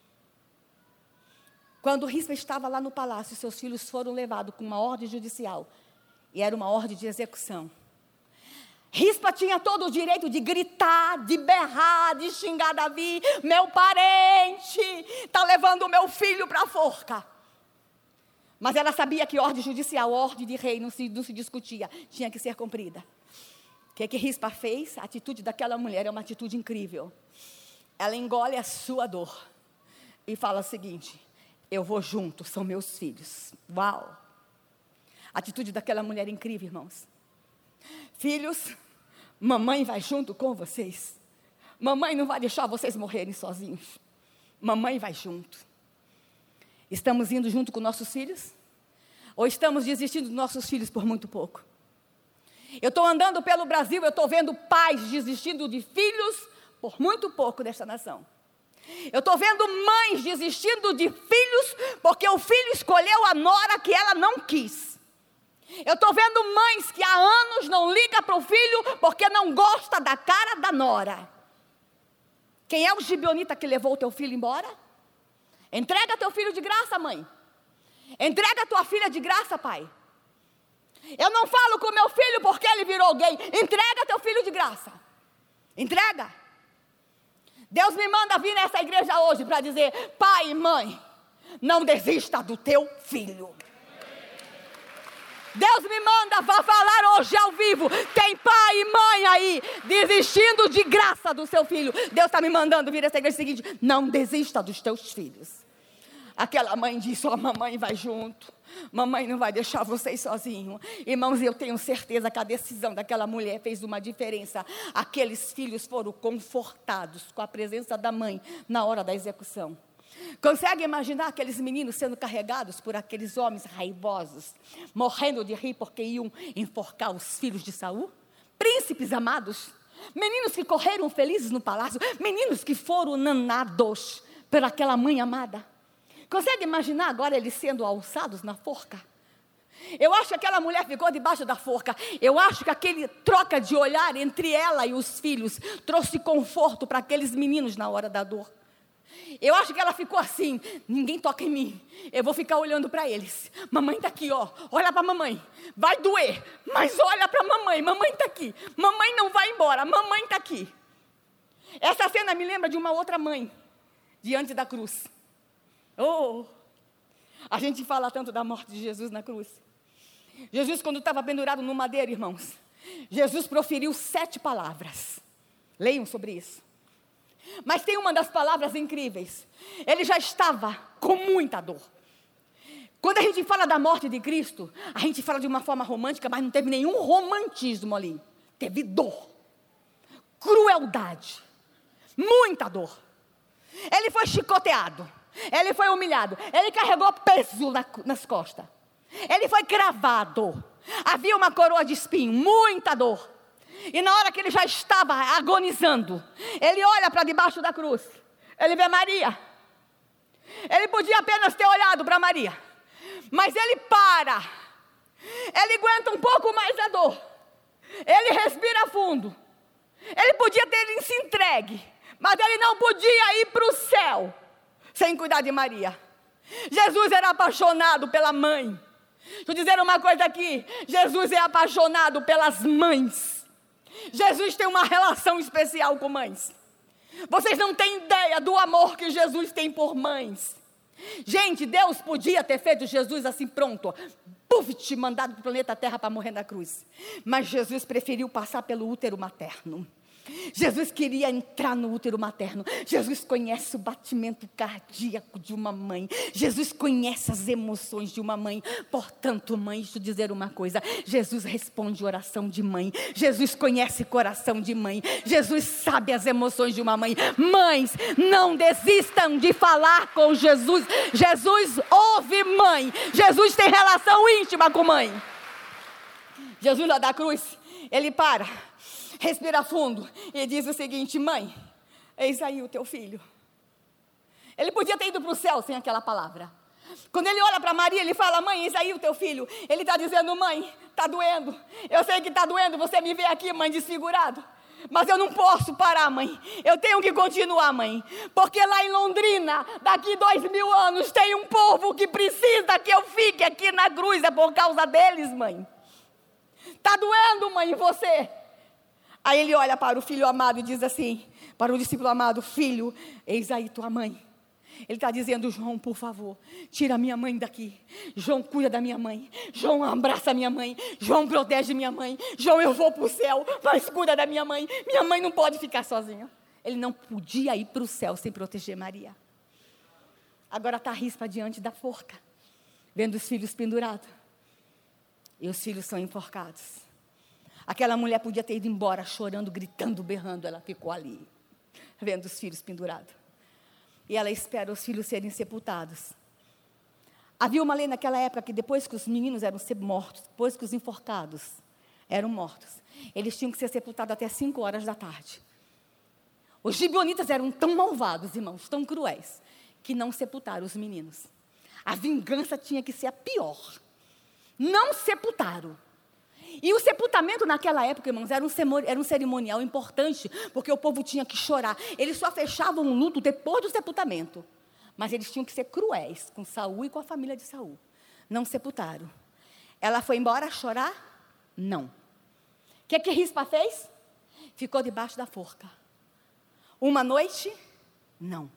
Quando Rispa estava lá no palácio, seus filhos foram levados com uma ordem judicial. E era uma ordem de execução. Rispa tinha todo o direito de gritar, de berrar, de xingar Davi. Meu parente está levando o meu filho para a forca. Mas ela sabia que ordem judicial, ordem de rei, não se, não se discutia, tinha que ser cumprida. O que é que Rispa fez? A atitude daquela mulher é uma atitude incrível. Ela engole a sua dor e fala o seguinte: eu vou junto, são meus filhos. Uau! A atitude daquela mulher é incrível, irmãos. Filhos, mamãe vai junto com vocês. Mamãe não vai deixar vocês morrerem sozinhos. Mamãe vai junto. Estamos indo junto com nossos filhos? Ou estamos desistindo dos nossos filhos por muito pouco? Eu estou andando pelo Brasil, eu estou vendo pais desistindo de filhos por muito pouco desta nação. Eu estou vendo mães desistindo de filhos porque o filho escolheu a nora que ela não quis. Eu estou vendo mães que há anos não ligam para o filho porque não gosta da cara da nora. Quem é o gibeonita que levou o teu filho embora? Entrega teu filho de graça, mãe. Entrega tua filha de graça, pai. Eu não falo com meu filho porque ele virou gay. Entrega teu filho de graça. Entrega. Deus me manda vir nessa igreja hoje para dizer: pai e mãe, não desista do teu filho. Deus me manda, vá falar hoje ao vivo. Tem pai e mãe aí desistindo de graça do seu filho. Deus está me mandando vir nessa igreja seguinte: não desista dos teus filhos. Aquela mãe disse: ó, mamãe vai junto. Mamãe não vai deixar vocês sozinhos. Irmãos, eu tenho certeza que a decisão daquela mulher fez uma diferença. Aqueles filhos foram confortados com a presença da mãe na hora da execução. Consegue imaginar aqueles meninos sendo carregados por aqueles homens raivosos, morrendo de rir porque iam enforcar os filhos de Saul? Príncipes amados, meninos que correram felizes no palácio, meninos que foram nanados por aquela mãe amada. Consegue imaginar agora eles sendo alçados na forca? Eu acho que aquela mulher ficou debaixo da forca. Eu acho que aquele troca de olhar entre ela e os filhos trouxe conforto para aqueles meninos na hora da dor. Eu acho que ela ficou assim: ninguém toca em mim, eu vou ficar olhando para eles. Mamãe está aqui, ó, olha para mamãe. Vai doer, mas olha para mamãe. Mamãe está aqui, mamãe não vai embora, mamãe está aqui. Essa cena me lembra de uma outra mãe diante da cruz. Oh, a gente fala tanto da morte de Jesus na cruz. Jesus, quando estava pendurado no madeiro, irmãos, Jesus proferiu sete palavras. Leiam sobre isso. Mas tem uma das palavras incríveis. Ele já estava com muita dor. Quando a gente fala da morte de Cristo, a gente fala de uma forma romântica, mas não teve nenhum romantismo ali. Teve dor, crueldade, muita dor. Ele foi chicoteado, ele foi humilhado, ele carregou peso na, nas costas. Ele foi cravado, havia uma coroa de espinho, muita dor. E na hora que ele já estava agonizando, ele olha para debaixo da cruz, ele vê Maria. Ele podia apenas ter olhado para Maria, mas ele para, ele aguenta um pouco mais a dor, ele respira fundo. Ele podia ter se entregue, mas ele não podia ir para o céu sem cuidar de Maria. Jesus era apaixonado pela mãe. Deixa eu dizer uma coisa aqui: Jesus é apaixonado pelas mães. Jesus tem uma relação especial com mães. Vocês não têm ideia do amor que Jesus tem por mães. Gente, Deus podia ter feito Jesus assim pronto, puf, te mandado para o planeta Terra para morrer na cruz. Mas Jesus preferiu passar pelo útero materno. Jesus queria entrar no útero materno. Jesus conhece o batimento cardíaco de uma mãe. Jesus conhece as emoções de uma mãe. Portanto, mãe, deixa eu dizer uma coisa: Jesus responde oração de mãe. Jesus conhece coração de mãe. Jesus sabe as emoções de uma mãe. Mães, não desistam de falar com Jesus. Jesus ouve mãe. Jesus tem relação íntima com mãe. Jesus lá da cruz, ele para, respira fundo e diz o seguinte: mãe, eis aí o teu filho. Ele podia ter ido para o céu sem aquela palavra. Quando ele olha para Maria, ele fala: mãe, eis aí o teu filho. Ele está dizendo: mãe, está doendo. Eu sei que está doendo, você me vê aqui, mãe, desfigurado. Mas eu não posso parar, mãe. Eu tenho que continuar, mãe. Porque lá em Londrina, daqui dois mil anos, tem um povo que precisa que eu fique aqui na cruz. É por causa deles, mãe. Está doendo, mãe, em você. Aí ele olha para o filho amado e diz assim, para o discípulo amado: filho, eis aí tua mãe. Ele está dizendo: João, por favor, tira a minha mãe daqui. João, cuida da minha mãe. João, abraça a minha mãe. João, protege minha mãe. João, eu vou para o céu, mas cuida da minha mãe. Minha mãe não pode ficar sozinha. Ele não podia ir para o céu sem proteger Maria. Agora está a rispa diante da forca, vendo os filhos pendurados. E os filhos são enforcados. Aquela mulher podia ter ido embora chorando, gritando, berrando. Ela ficou ali, vendo os filhos pendurados. E ela espera os filhos serem sepultados. Havia uma lei naquela época que depois que os meninos eram mortos, depois que os enforcados eram mortos, eles tinham que ser sepultados até cinco horas da tarde. Os gibeonitas eram tão malvados, irmãos, tão cruéis, que não sepultaram os meninos. A vingança tinha que ser a pior. Não sepultaram. E o sepultamento naquela época, irmãos, era um, era um cerimonial importante, porque o povo tinha que chorar. Eles só fechavam o luto depois do sepultamento. Mas eles tinham que ser cruéis com Saul e com a família de Saul. Não sepultaram. Ela foi embora chorar? Não. O que que Rispa fez? Ficou debaixo da forca. Uma noite? Não.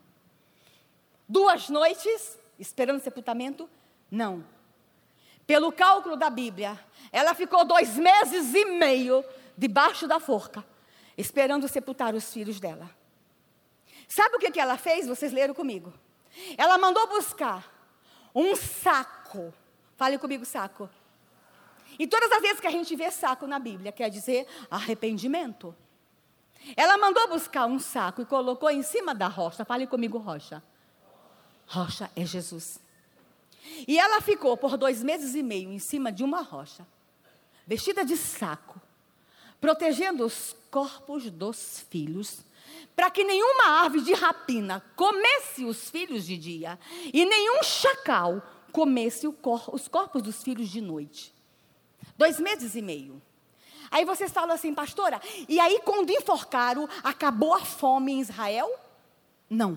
Duas noites, esperando o sepultamento? Não. Pelo cálculo da Bíblia, ela ficou dois meses e meio debaixo da forca, esperando sepultar os filhos dela. Sabe o que que ela fez? Vocês leram comigo. Ela mandou buscar um saco. Fale comigo, saco. E todas as vezes que a gente vê saco na Bíblia, quer dizer arrependimento. Ela mandou buscar um saco e colocou em cima da rocha. Fale comigo, rocha. Rocha é Jesus. E ela ficou por dois meses e meio em cima de uma rocha, vestida de saco, protegendo os corpos dos filhos, para que nenhuma ave de rapina comesse os filhos de dia, e nenhum chacal comesse o cor- os corpos dos filhos de noite. Dois meses e meio. Aí vocês falam assim: pastora, e aí quando enforcaram, acabou a fome em Israel? Não.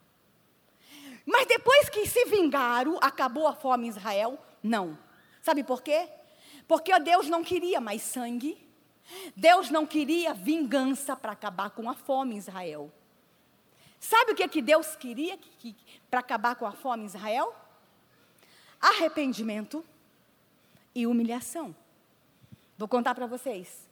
Mas depois que se vingaram, acabou a fome em Israel? Não. Sabe por quê? Porque Deus não queria mais sangue. Deus não queria vingança para acabar com a fome em Israel. Sabe o que, que Deus queria para acabar com a fome em Israel? Arrependimento e humilhação. Vou contar para vocês.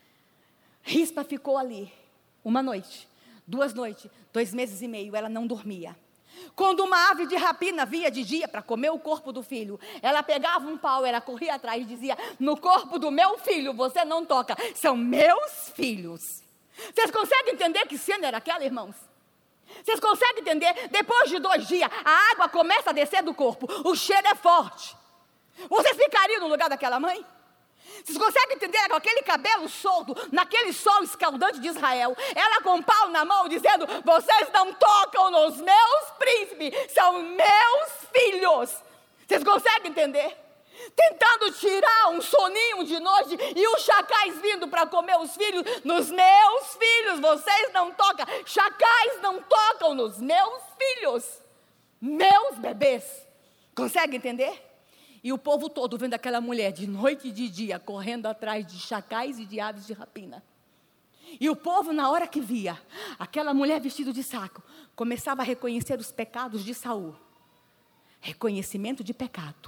Rispa ficou ali uma noite, duas noites, dois meses e meio, ela não dormia. Quando uma ave de rapina via de dia para comer o corpo do filho, ela pegava um pau, ela corria atrás e dizia: no corpo do meu filho você não toca, são meus filhos. Vocês conseguem entender que cena era aquela, irmãos? Vocês conseguem entender? Depois de dois dias, a água começa a descer do corpo, o cheiro é forte. Vocês ficariam no lugar daquela mãe? Vocês conseguem entender? Com aquele cabelo solto, naquele sol escaldante de Israel, ela com um pau na mão dizendo: vocês não tocam nos meus príncipes, são meus filhos. Vocês conseguem entender? Tentando tirar um soninho de noite e os chacais vindo para comer os filhos. Nos meus filhos vocês não tocam, chacais não tocam nos meus filhos, meus bebês. Consegue entender? E o povo todo vendo aquela mulher de noite e de dia correndo atrás de chacais e de aves de rapina. E o povo, na hora que via aquela mulher vestida de saco, começava a reconhecer os pecados de Saul. Reconhecimento de pecado.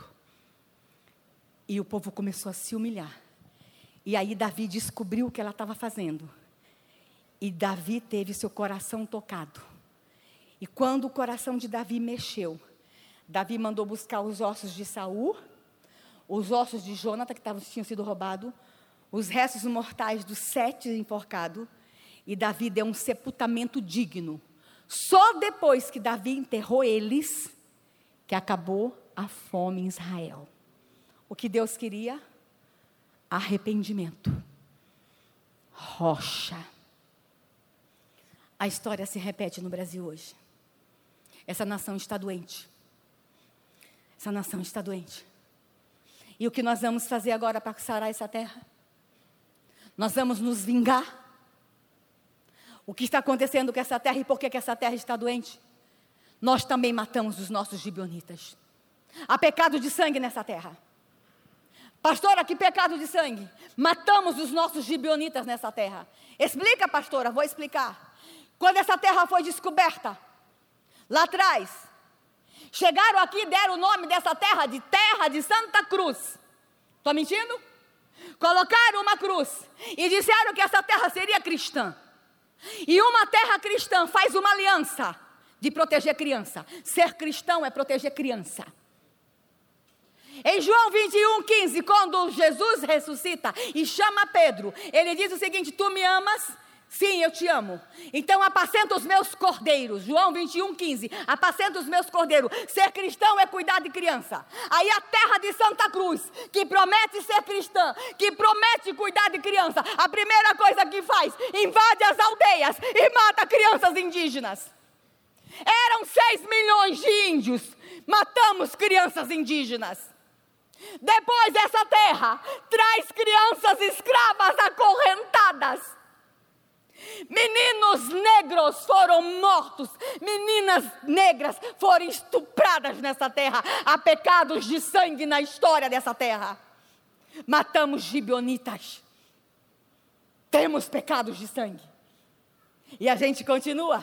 E o povo começou a se humilhar. E aí Davi descobriu o que ela estava fazendo. E Davi teve seu coração tocado. E quando o coração de Davi mexeu, Davi mandou buscar os ossos de Saul, os ossos de Jonatã, que tavam, tinham sido roubados, os restos mortais dos sete enforcados, e Davi deu um sepultamento digno. Só depois que Davi enterrou eles, que acabou a fome em Israel. O que Deus queria? Arrependimento. Rocha. A história se repete no Brasil hoje. Essa nação está doente. Essa nação está doente. E o que nós vamos fazer agora para sarar essa terra? Nós vamos nos vingar. O que está acontecendo com essa terra e por que que essa terra está doente? Nós também matamos os nossos gibeonitas. Há pecado de sangue nessa terra. Pastora, que pecado de sangue? Matamos os nossos gibeonitas nessa terra. Explica, pastora, vou explicar. Quando essa terra foi descoberta, lá atrás, Chegaram aqui e deram o nome dessa terra de Terra de Santa Cruz. Estou mentindo? Colocaram uma cruz e disseram que essa terra seria cristã. E uma terra cristã faz uma aliança de proteger criança. Ser cristão é proteger criança. Em João vinte e um, quinze, quando Jesus ressuscita e chama Pedro, ele diz o seguinte: tu me amas? Sim, eu te amo. Então apacenta os meus cordeiros. João vinte e um, quinze. Apacenta os meus cordeiros. Ser cristão é cuidar de criança. Aí a terra de Santa Cruz, que promete ser cristã, que promete cuidar de criança, a primeira coisa que faz, invade as aldeias e mata crianças indígenas. Eram seis milhões de índios. Matamos crianças indígenas. Depois essa terra traz crianças escravas acorrentadas. Meninos negros foram mortos, meninas negras foram estupradas nessa terra. Há pecados de sangue na história dessa terra. Matamos gibeonitas. Temos pecados de sangue. E a gente continua.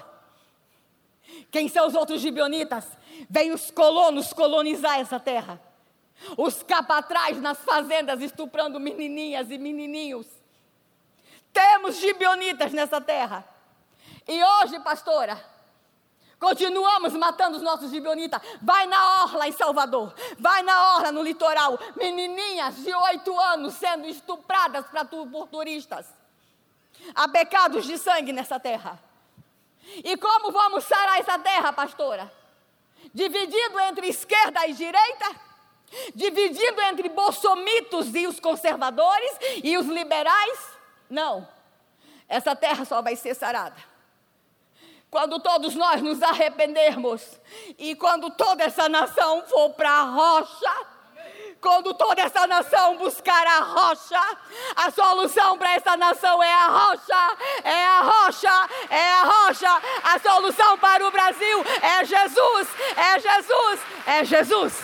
Quem são os outros gibeonitas? Vêm os colonos colonizar essa terra. Os capatrazes nas fazendas estuprando menininhas e menininhos. Temos gibeonitas nessa terra. E hoje, pastora, continuamos matando os nossos gibeonitas. Vai na orla em Salvador. Vai na orla no litoral. Menininhas de oito anos sendo estupradas pra tu, por turistas. Há pecados de sangue nessa terra. E como vamos sarar essa terra, pastora? Dividido entre esquerda e direita? Dividido entre bolsomitos e os conservadores e os liberais? Não, essa terra só vai ser sarada quando todos nós nos arrependermos e quando toda essa nação for para a rocha, quando toda essa nação buscar a rocha. A solução para essa nação é a rocha, é a rocha, é a rocha. A solução para o Brasil é Jesus, é Jesus, é Jesus.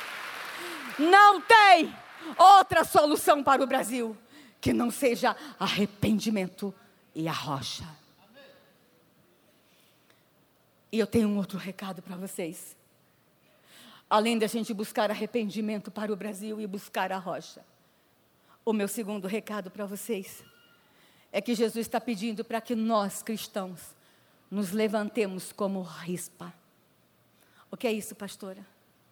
Não tem outra solução para o Brasil que não seja arrependimento e a rocha. E eu tenho um outro recado para vocês. Além da gente buscar arrependimento para o Brasil e buscar a rocha, o meu segundo recado para vocês é que Jesus está pedindo para que nós, cristãos, nos levantemos como rispa. O que é isso, pastora?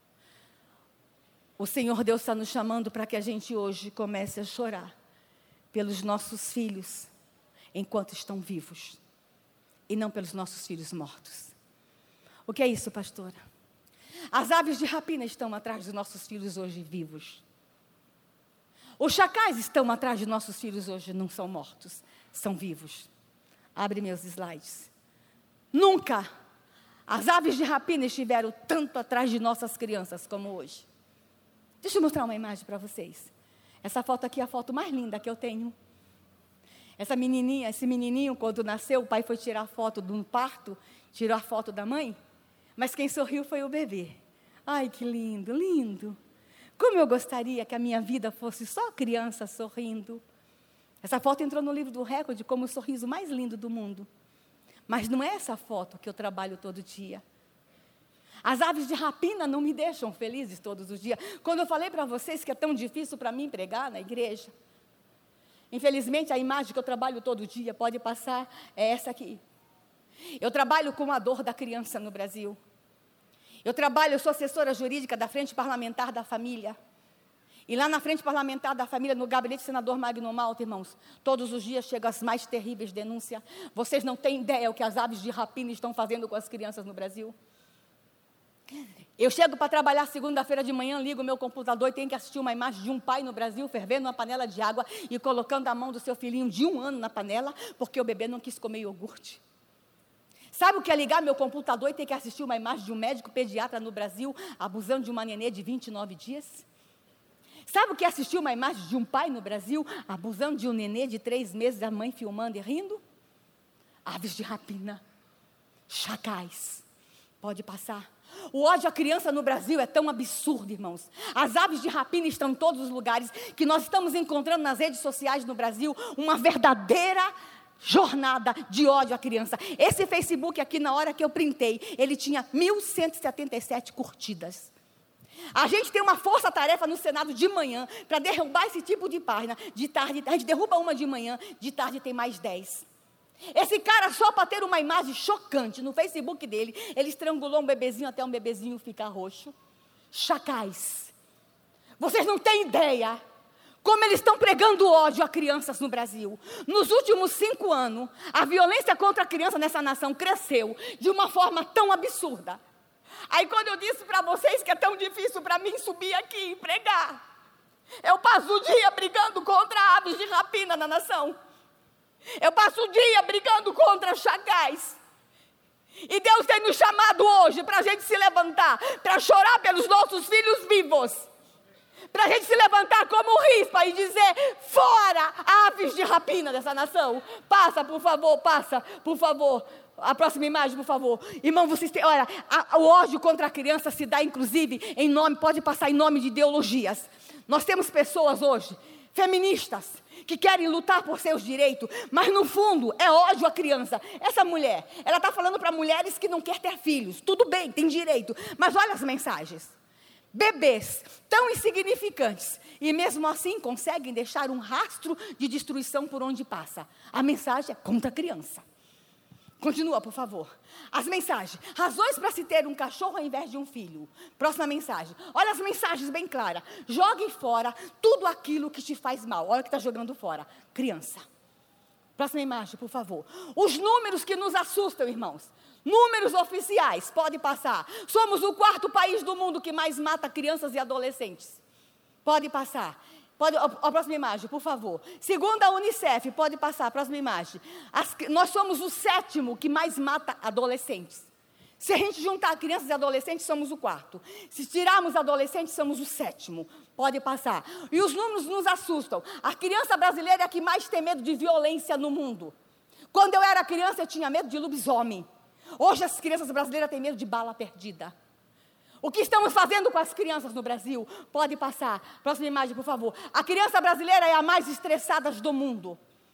O Senhor Deus está nos chamando para que a gente hoje comece a chorar pelos nossos filhos enquanto estão vivos e não pelos nossos filhos mortos. O que é isso, pastora? As aves de rapina estão atrás dos nossos filhos hoje vivos. Os chacais estão atrás de nossos filhos hoje, não são mortos, são vivos. Abre meus slides. Nunca as aves de rapina estiveram tanto atrás de nossas crianças como hoje. Deixa eu mostrar uma imagem para vocês. Essa foto aqui é a foto mais linda que eu tenho. Essa menininha, esse menininho, quando nasceu, o pai foi tirar foto de um parto, tirou a foto da mãe, mas quem sorriu foi o bebê. Ai, que lindo, lindo. Como eu gostaria que a minha vida fosse só criança sorrindo. Essa foto entrou no livro do recorde como o sorriso mais lindo do mundo. Mas não é essa foto que eu trabalho todo dia. As aves de rapina não me deixam felizes todos os dias. Quando eu falei para vocês que é tão difícil para mim pregar na igreja, infelizmente a imagem que eu trabalho todo dia, pode passar, é essa aqui. Eu trabalho com a dor da criança no Brasil. Eu trabalho, eu sou assessora jurídica da Frente Parlamentar da Família. E lá na Frente Parlamentar da Família, no gabinete do senador Magno Malta, irmãos, todos os dias chegam as mais terríveis denúncias. Vocês não têm ideia o que as aves de rapina estão fazendo com as crianças no Brasil. Eu chego para trabalhar segunda-feira de manhã, ligo o meu computador e tenho que assistir uma imagem de um pai no Brasil fervendo uma panela de água e colocando a mão do seu filhinho de um ano na panela, porque o bebê não quis comer iogurte. Sabe o que é ligar meu computador e ter que assistir uma imagem de um médico pediatra no Brasil abusando de uma nenê de vinte e nove dias? Sabe o que é assistir uma imagem de um pai no Brasil abusando de um nenê de três meses, a mãe filmando e rindo? Aves de rapina, chacais, pode passar. O ódio à criança no Brasil é tão absurdo, irmãos. As aves de rapina estão em todos os lugares, que nós estamos encontrando nas redes sociais no Brasil uma verdadeira jornada de ódio à criança. Esse Facebook aqui, na hora que eu printei, ele tinha mil cento e setenta e sete curtidas. A gente tem uma força-tarefa no Senado de manhã para derrubar esse tipo de página. De tarde, a gente derruba uma de manhã, de tarde tem mais dez. Esse cara, só para ter uma imagem chocante no Facebook dele, ele estrangulou um bebezinho até um bebezinho ficar roxo. Chacais. Vocês não têm ideia como eles estão pregando ódio a crianças no Brasil. Nos últimos cinco anos, a violência contra a criança nessa nação cresceu de uma forma tão absurda. Aí quando eu disse para vocês que é tão difícil para mim subir aqui e pregar, eu passo o dia brigando contra aves de rapina na nação. Eu passo o dia brigando contra chacais. E Deus tem nos chamado hoje para a gente se levantar, para chorar pelos nossos filhos vivos. Para a gente se levantar como rispa e dizer, fora aves de rapina dessa nação. Passa, por favor, passa, por favor. A próxima imagem, por favor. Irmão, vocês têm, olha, a, o ódio contra a criança se dá, inclusive, em nome, pode passar em nome de ideologias. Nós temos pessoas hoje, feministas, que querem lutar por seus direitos, mas no fundo é ódio à criança. Essa mulher, ela está falando para mulheres que não querem ter filhos. Tudo bem, tem direito, mas olha as mensagens. Bebês tão insignificantes e mesmo assim conseguem deixar um rastro de destruição por onde passa. A mensagem é contra a criança. Continua, por favor. As mensagens. Razões para se ter um cachorro ao invés de um filho. Próxima mensagem. Olha as mensagens bem claras. Jogue fora tudo aquilo que te faz mal. Olha o que está jogando fora. Criança. Próxima imagem, por favor. Os números que nos assustam, irmãos. Números oficiais. Pode passar. Somos o quarto país do mundo que mais mata crianças e adolescentes. Pode passar. Pode, a, a próxima imagem, por favor. Segundo a Unicef, pode passar a próxima imagem. As, nós somos o sétimo que mais mata adolescentes. Se a gente juntar crianças e adolescentes, somos o quarto. Se tirarmos adolescentes, somos o sétimo. Pode passar. E os números nos assustam. A criança brasileira é a que mais tem medo de violência no mundo. Quando eu era criança, eu tinha medo de lobisomem. Hoje as crianças brasileiras têm medo de bala perdida. O que estamos fazendo com as crianças no Brasil? Pode passar. Próxima imagem, por favor. A criança brasileira é a mais estressada do mundo.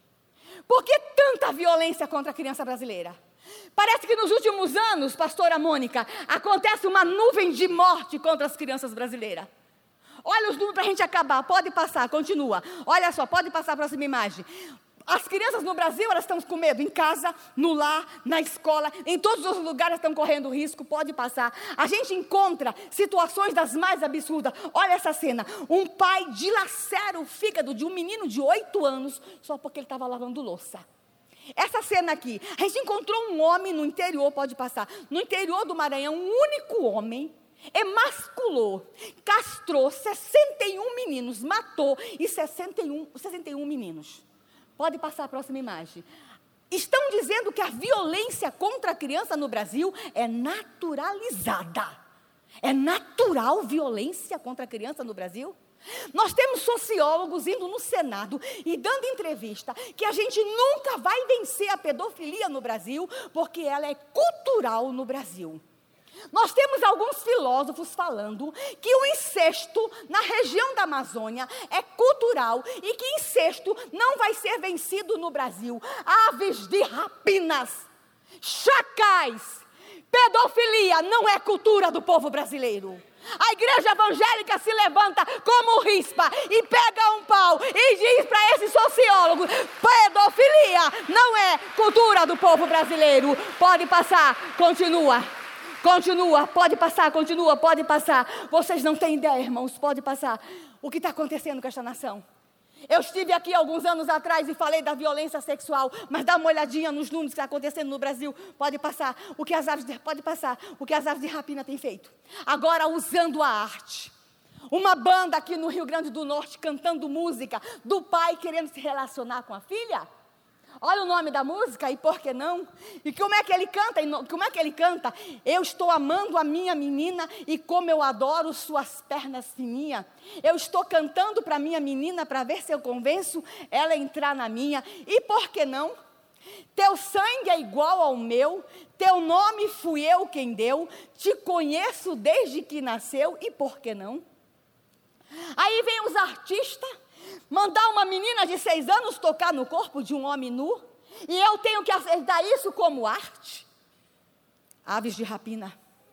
Por que tanta violência contra a criança brasileira? Parece que nos últimos anos, pastora Mônica, acontece uma nuvem de morte contra as crianças brasileiras. Olha os números para a gente acabar. Pode passar, continua. Olha só, pode passar a próxima imagem. As crianças no Brasil, elas estão com medo em casa, no lar, na escola, em todos os lugares estão correndo risco, pode passar. A gente encontra situações das mais absurdas. Olha essa cena, um pai dilacera o fígado de um menino de oito anos, só porque ele estava lavando louça. Essa cena aqui, a gente encontrou um homem no interior, pode passar, no interior do Maranhão, um único homem, emasculou, castrou sessenta e um meninos, matou e sessenta e um, sessenta e um meninos. Pode passar a próxima imagem. Estão dizendo que a violência contra a criança no Brasil é naturalizada. É natural violência contra a criança no Brasil? Nós temos sociólogos indo no Senado e dando entrevista que a gente nunca vai vencer a pedofilia no Brasil, porque ela é cultural no Brasil. Nós temos alguns filósofos falando que o incesto na região da Amazônia é cultural e que incesto não vai ser vencido no Brasil. Aves de rapinas, chacais, pedofilia não é cultura do povo brasileiro. A igreja evangélica se levanta como rispa e pega um pau e diz para esse sociólogo, pedofilia não é cultura do povo brasileiro. Pode passar, continua. Continua, pode passar, continua, pode passar. Vocês não têm ideia, irmãos, pode passar. O que está acontecendo com esta nação? Eu estive aqui alguns anos atrás e falei da violência sexual, mas dá uma olhadinha nos números que está acontecendo no Brasil. Pode passar. O que as aves de, pode passar. O que as aves de rapina têm feito. Agora usando a arte. Uma banda aqui no Rio Grande do Norte cantando música do pai querendo se relacionar com a filha. Olha o nome da música, e por que não? E como é que ele canta? Como é que ele canta? Eu estou amando a minha menina e como eu adoro suas pernas fininhas. Eu estou cantando para a minha menina para ver se eu convenço ela a entrar na minha. E por que não? Teu sangue é igual ao meu, teu nome fui eu quem deu, te conheço desde que nasceu, e por que não? Aí vem os artistas, mandar uma menina de seis anos tocar no corpo de um homem nu. E eu tenho que aceitar isso como arte? Aves de rapina,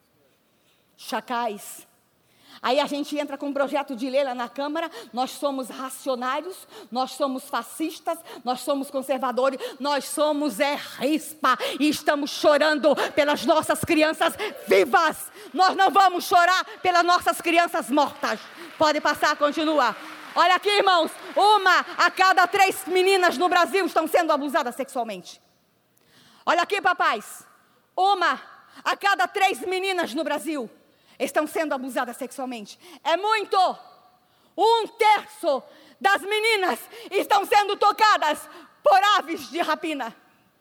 chacais. Aí a gente entra com um projeto de lei lá na Câmara, nós somos racionários, nós somos fascistas, nós somos conservadores, nós somos é rispa e estamos chorando pelas nossas crianças vivas. Nós não vamos chorar pelas nossas crianças mortas. Pode passar, continua. Olha aqui, irmãos, uma a cada três meninas no Brasil estão sendo abusadas sexualmente. Olha aqui, papais, uma a cada três meninas no Brasil estão sendo abusadas sexualmente. É muito. Um terço das meninas estão sendo tocadas por aves de rapina.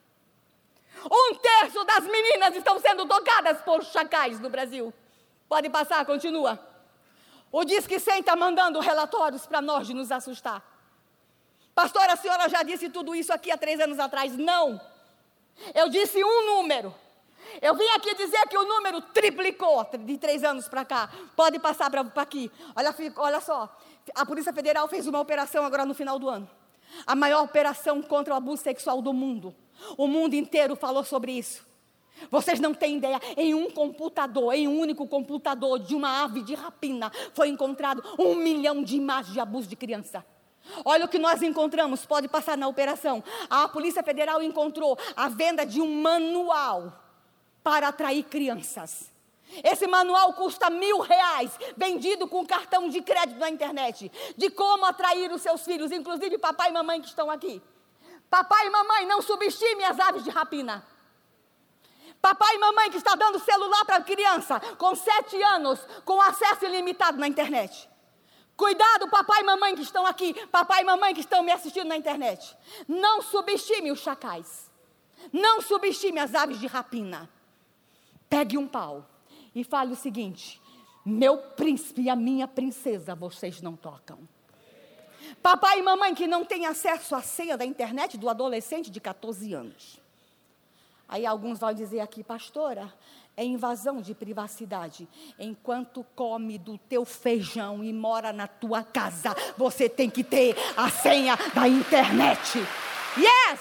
Um terço das meninas estão sendo tocadas por chacais no Brasil. Pode passar, continua. O Disque cem está mandando relatórios para nós de nos assustar. Pastora, a senhora já disse tudo isso aqui há três anos atrás. Não. Eu disse um número. Eu vim aqui dizer que o número triplicou de três anos para cá. Pode passar para aqui. Olha, olha só. A Polícia Federal fez uma operação agora no final do ano. A maior operação contra o abuso sexual do mundo. O mundo inteiro falou sobre isso. Vocês não têm ideia, em um computador, em um único computador de uma ave de rapina, foi encontrado um milhão de imagens de abuso de criança. Olha o que nós encontramos, pode passar na operação. A Polícia Federal encontrou a venda de um manual para atrair crianças. Esse manual custa mil reais, vendido com cartão de crédito na internet, de como atrair os seus filhos, inclusive papai e mamãe que estão aqui. Papai e mamãe, não subestime as aves de rapina. Papai e mamãe que está dando celular para a criança com sete anos, com acesso ilimitado na internet. Cuidado, papai e mamãe que estão aqui, papai e mamãe que estão me assistindo na internet. Não subestime os chacais. Não subestime as aves de rapina. Pegue um pau e fale o seguinte: meu príncipe e a minha princesa vocês não tocam. Papai e mamãe que não têm acesso à senha da internet do adolescente de catorze anos. Aí alguns vão dizer aqui, pastora, é invasão de privacidade. Enquanto come do teu feijão e mora na tua casa, você tem que ter a senha da internet. Yes!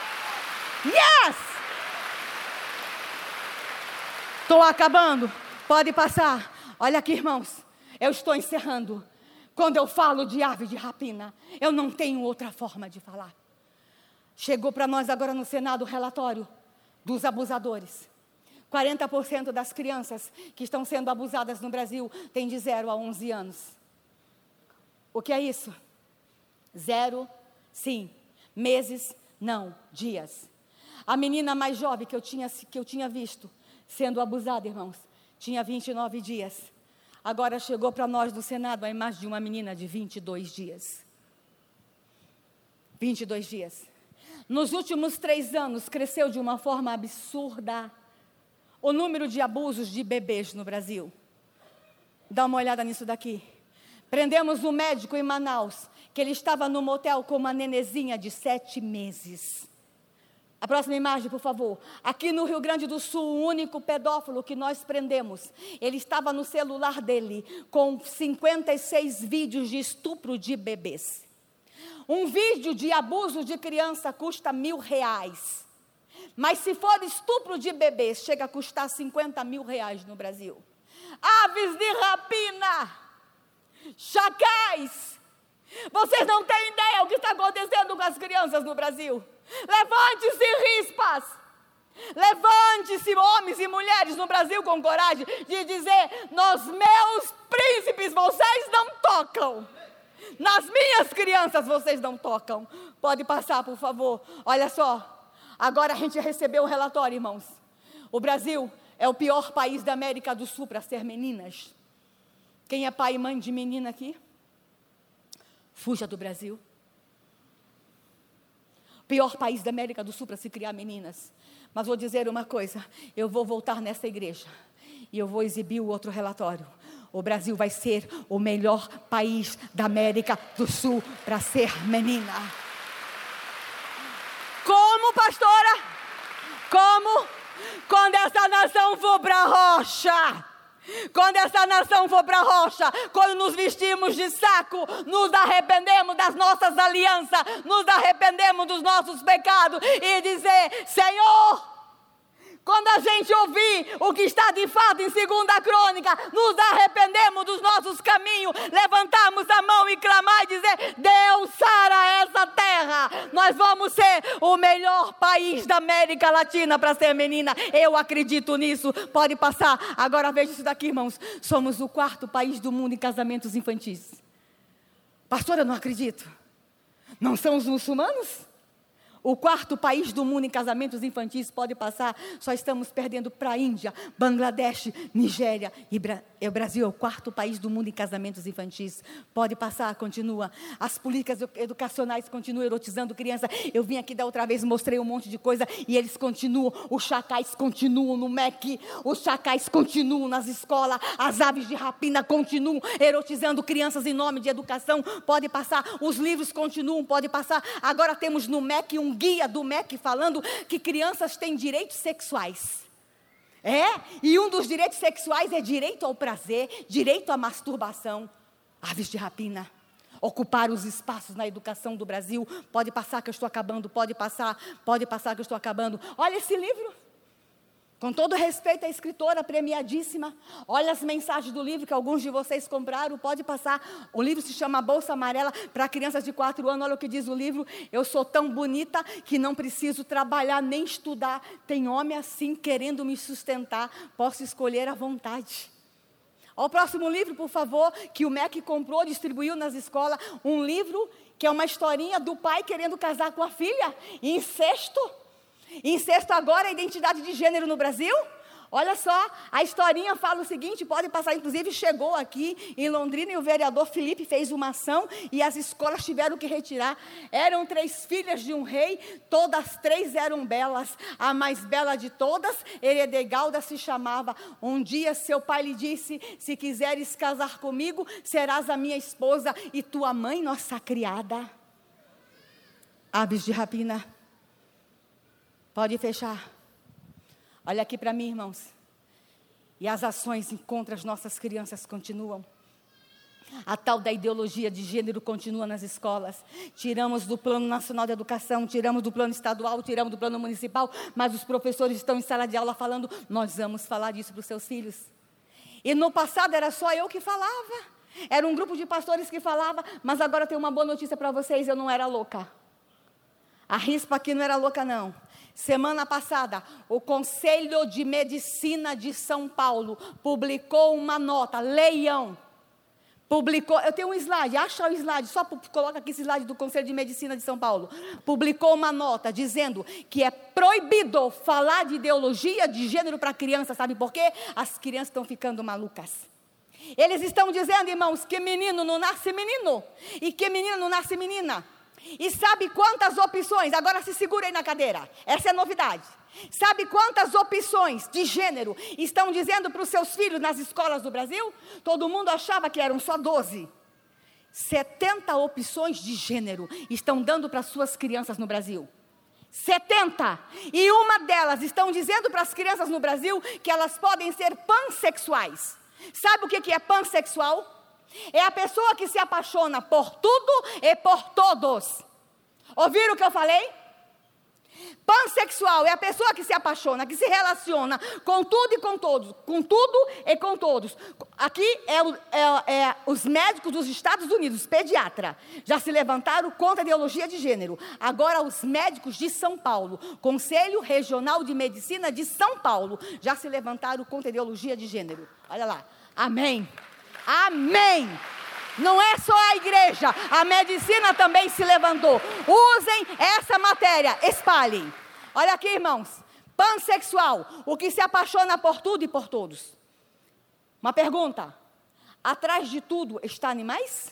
Yes! Estou acabando. Pode passar. Olha aqui, irmãos. Eu estou encerrando. Quando eu falo de ave de rapina, eu não tenho outra forma de falar. Chegou para nós agora no Senado o relatório dos abusadores. quarenta por cento das crianças que estão sendo abusadas no Brasil têm de zero a onze anos. O que é isso? Zero, sim. Meses, não. Dias. A menina mais jovem que eu tinha, que eu tinha visto sendo abusada, irmãos, tinha vinte e nove dias. Agora chegou para nós do Senado a imagem de uma menina de vinte e dois dias. vinte e dois dias. Nos últimos três anos, cresceu de uma forma absurda o número de abusos de bebês no Brasil. Dá uma olhada nisso daqui. Prendemos um médico em Manaus, que ele estava no motel com uma nenezinha de sete meses. A próxima imagem, por favor. Aqui no Rio Grande do Sul, o único pedófilo que nós prendemos, ele estava no celular dele com cinquenta e seis vídeos de estupro de bebês. Um vídeo de abuso de criança custa mil reais. Mas se for estupro de bebês, chega a custar cinquenta mil reais no Brasil. Aves de rapina, chacais. Vocês não têm ideia o que está acontecendo com as crianças no Brasil. Levante-se, rispas. Levante-se, homens e mulheres no Brasil, com coragem de dizer: nos meus príncipes vocês não tocam. Nas minhas crianças vocês não tocam. Pode passar, por favor. Olha só. Agora a gente recebeu um relatório, irmãos. O Brasil é o pior país da América do Sul para ser meninas. Quem é pai e mãe de menina aqui? Fuja do Brasil. Pior país da América do Sul para se criar meninas. Mas vou dizer uma coisa. Eu vou voltar nessa igreja e eu vou exibir o outro relatório. O Brasil vai ser o melhor país da América do Sul para ser menina. Como, pastora? Como? Quando essa nação for para a rocha, Quando essa nação for para a rocha, quando nos vestimos de saco, nos arrependemos das nossas alianças, nos arrependemos dos nossos pecados e dizer: Senhor, quando a gente ouvir o que está de fato em segunda Crônica, nos arrependemos dos nossos caminhos, levantamos a mão e clamar e dizer: Deus, sara essa terra. Nós vamos ser o melhor país da América Latina para ser menina. Eu acredito nisso. Pode passar. Agora veja isso daqui, irmãos. Somos o quarto país do mundo em casamentos infantis. Pastora, eu não acredito. Não são os muçulmanos? O quarto país do mundo em casamentos infantis, pode passar. Só estamos perdendo para a Índia, Bangladesh, Nigéria e Bra- o Brasil é o quarto país do mundo em casamentos infantis. Pode passar, continua. As políticas educacionais continuam erotizando criança. Eu vim aqui da outra vez, mostrei um monte de coisa e eles continuam. Os chacais continuam no M E C, os chacais continuam nas escolas, as aves de rapina continuam erotizando crianças em nome de educação. Pode passar. Os livros continuam, pode passar. Agora temos no M E C um guia do M E C falando que crianças têm direitos sexuais. É, e um dos direitos sexuais é direito ao prazer, direito à masturbação. Aves de rapina, ocupar os espaços na educação do Brasil. Pode passar que eu estou acabando, pode passar, pode passar que eu estou acabando. Olha esse livro. Com todo respeito à escritora premiadíssima, olha as mensagens do livro que alguns de vocês compraram, pode passar. O livro se chama Bolsa Amarela para crianças de quatro anos, olha o que diz o livro. Eu sou tão bonita que não preciso trabalhar nem estudar. Tem homem assim querendo me sustentar, posso escolher à vontade. Olha o próximo livro, por favor, que o M E C comprou, distribuiu nas escolas. Um livro que é uma historinha do pai querendo casar com a filha, incesto. Incesto agora é identidade de gênero no Brasil? Olha só, a historinha fala o seguinte, pode passar, inclusive chegou aqui em Londrina e o vereador Felipe fez uma ação e as escolas tiveram que retirar. Eram três filhas de um rei, todas três eram belas. A mais bela de todas, Heredegalda, se chamava. Um dia seu pai lhe disse: se quiseres casar comigo, serás a minha esposa e tua mãe nossa criada. Aves de rapina. Pode fechar. Olha aqui para mim, irmãos. E as ações contra as nossas crianças continuam. A tal da ideologia de gênero continua nas escolas. Tiramos do Plano Nacional de Educação, tiramos do Plano Estadual, tiramos do Plano Municipal, mas os professores estão em sala de aula falando: nós vamos falar disso para os seus filhos. E no passado era só eu que falava. Era um grupo de pastores que falava, mas agora tem uma boa notícia para vocês: eu não era louca. A rispa aqui não era louca, não. Semana passada, o Conselho de Medicina de São Paulo publicou uma nota, leiam, publicou, eu tenho um slide, acha o slide, só coloca aqui esse slide do Conselho de Medicina de São Paulo, publicou uma nota dizendo que é proibido falar de ideologia de gênero para criança, sabe por quê? As crianças estão ficando malucas. Eles estão dizendo, irmãos, que menino não nasce menino, e que menina não nasce menina. E sabe quantas opções, agora se segura aí na cadeira, essa é a novidade. Sabe quantas opções de gênero estão dizendo para os seus filhos nas escolas do Brasil? Todo mundo achava que eram só doze. setenta opções de gênero estão dando para suas crianças no Brasil. setenta. E uma delas estão dizendo para as crianças no Brasil que elas podem ser pansexuais. Sabe o que é pansexual? É a pessoa que se apaixona por tudo e por todos. Ouviram o que eu falei? Pansexual é a pessoa que se apaixona, que se relaciona com tudo e com todos. Com tudo e com todos. Aqui é, o, é, é os médicos dos Estados Unidos, pediatra, já se levantaram contra a ideologia de gênero. Agora os médicos de São Paulo, Conselho Regional de Medicina de São Paulo, já se levantaram contra a ideologia de gênero. Olha lá. Amém. Amém. Não é só a igreja, a medicina também se levantou. Usem essa matéria, espalhem. Olha aqui, irmãos. Pansexual, o que se apaixona por tudo e por todos. Uma pergunta: atrás de tudo está animais?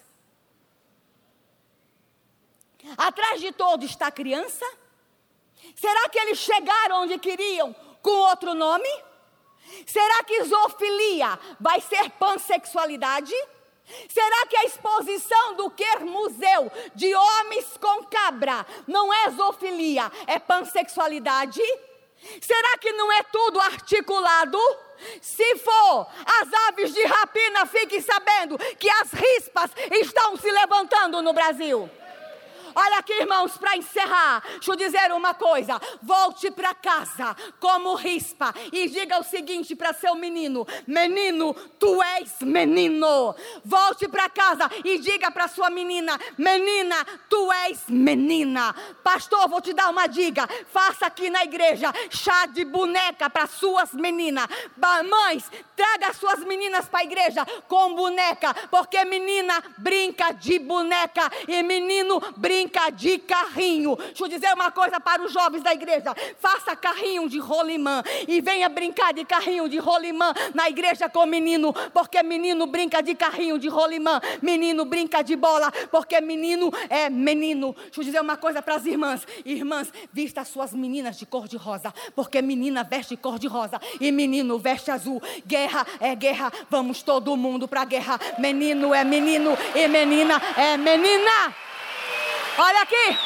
Atrás de todo está criança? Será que eles chegaram onde queriam com outro nome? Será que zoofilia vai ser pansexualidade? Será que a exposição do Quer Museu de homens com cabra não é zoofilia, é pansexualidade? Será que não é tudo articulado? Se for, as aves de rapina, fiquem sabendo que as rispas estão se levantando no Brasil. Olha aqui, irmãos, para encerrar, deixa eu dizer uma coisa. Volte para casa como rispa e diga o seguinte para seu menino: menino, tu és menino. Volte para casa e diga para sua menina: menina, tu és menina. Pastor, vou te dar uma dica. Faça aqui na igreja chá de boneca para suas meninas. Mães, traga suas meninas para a igreja com boneca, porque menina brinca de boneca e menino brinca de carrinho. Deixa eu dizer uma coisa para os jovens da igreja: faça carrinho de rolimã e venha brincar de carrinho de rolimã na igreja com menino, porque menino brinca de carrinho de rolimã, menino brinca de bola, porque menino é menino. Deixa eu dizer uma coisa para as irmãs: irmãs, vista as suas meninas de cor de rosa, porque menina veste cor de rosa e menino veste azul. Guerra é guerra, vamos todo mundo para a guerra. Menino é menino e menina é menina. Olha aqui,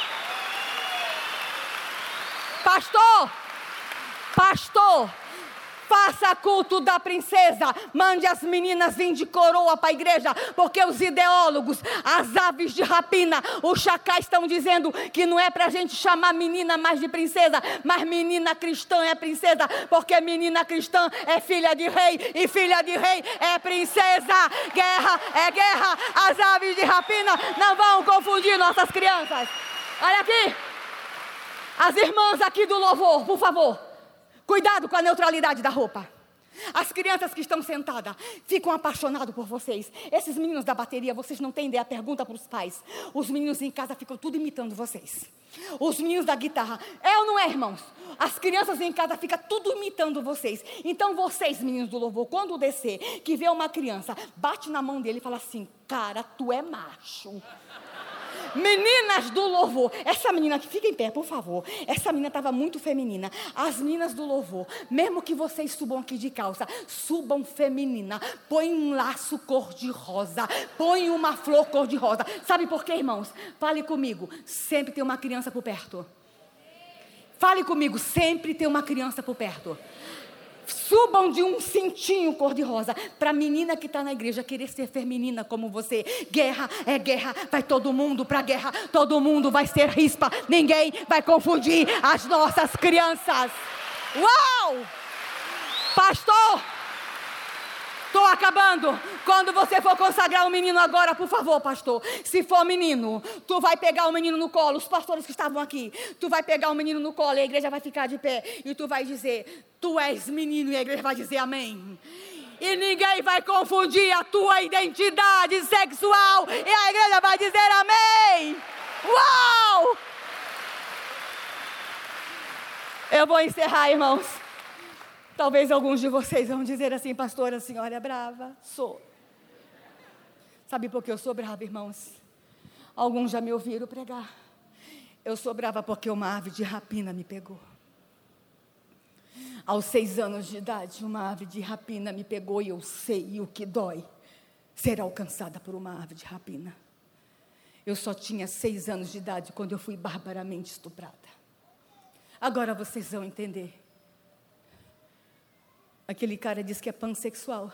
pastor, pastor, faça culto da princesa, mande as meninas vir de coroa para a igreja, porque os ideólogos, as aves de rapina, os chacais estão dizendo que não é para a gente chamar menina mais de princesa, mas menina cristã é princesa, porque menina cristã é filha de rei, e filha de rei é princesa. Guerra é guerra, as aves de rapina não vão confundir nossas crianças. Olha aqui, as irmãs aqui do louvor, por favor, cuidado com a neutralidade da roupa. As crianças que estão sentadas ficam apaixonadas por vocês. Esses meninos da bateria, vocês não têm ideia, pergunta para os pais. Os meninos em casa ficam tudo imitando vocês. Os meninos da guitarra, é ou não é, irmãos? As crianças em casa ficam tudo imitando vocês. Então vocês, meninos do louvor, quando descer, que vê uma criança, bate na mão dele e fala assim: cara, tu é macho. Meninas do louvor, essa menina aqui, fica em pé, por favor. Essa menina estava muito feminina. As meninas do louvor, mesmo que vocês subam aqui de calça, subam feminina. Põe um laço cor-de-rosa, põe uma flor cor-de-rosa. Sabe por quê, irmãos? Fale comigo, sempre tem uma criança por perto. Fale comigo, sempre tem uma criança por perto. Subam de um cintinho cor-de-rosa para a menina que está na igreja querer ser feminina como você. Guerra é guerra, vai todo mundo para a guerra, todo mundo vai ser rispa, ninguém vai confundir as nossas crianças. Uau! Pastor, estou acabando. Quando você for consagrar um menino agora, por favor, pastor, se for menino, tu vai pegar o menino no colo. Os pastores que estavam aqui, tu vai pegar o menino no colo e a igreja vai ficar de pé e tu vai dizer: tu és menino, e a igreja vai dizer amém. E ninguém vai confundir a tua identidade sexual e a igreja vai dizer amém. Uau! Eu vou encerrar, irmãos. Talvez alguns de vocês vão dizer assim: pastora, a senhora é brava. Sou. Sabe por que eu sou brava, irmãos? Alguns já me ouviram pregar. Eu sou brava porque uma ave de rapina me pegou. Aos seis anos de idade, uma ave de rapina me pegou e eu sei o que dói ser alcançada por uma ave de rapina. Eu só tinha seis anos de idade quando eu fui barbaramente estuprada. Agora vocês vão entender. Aquele cara diz que é pansexual.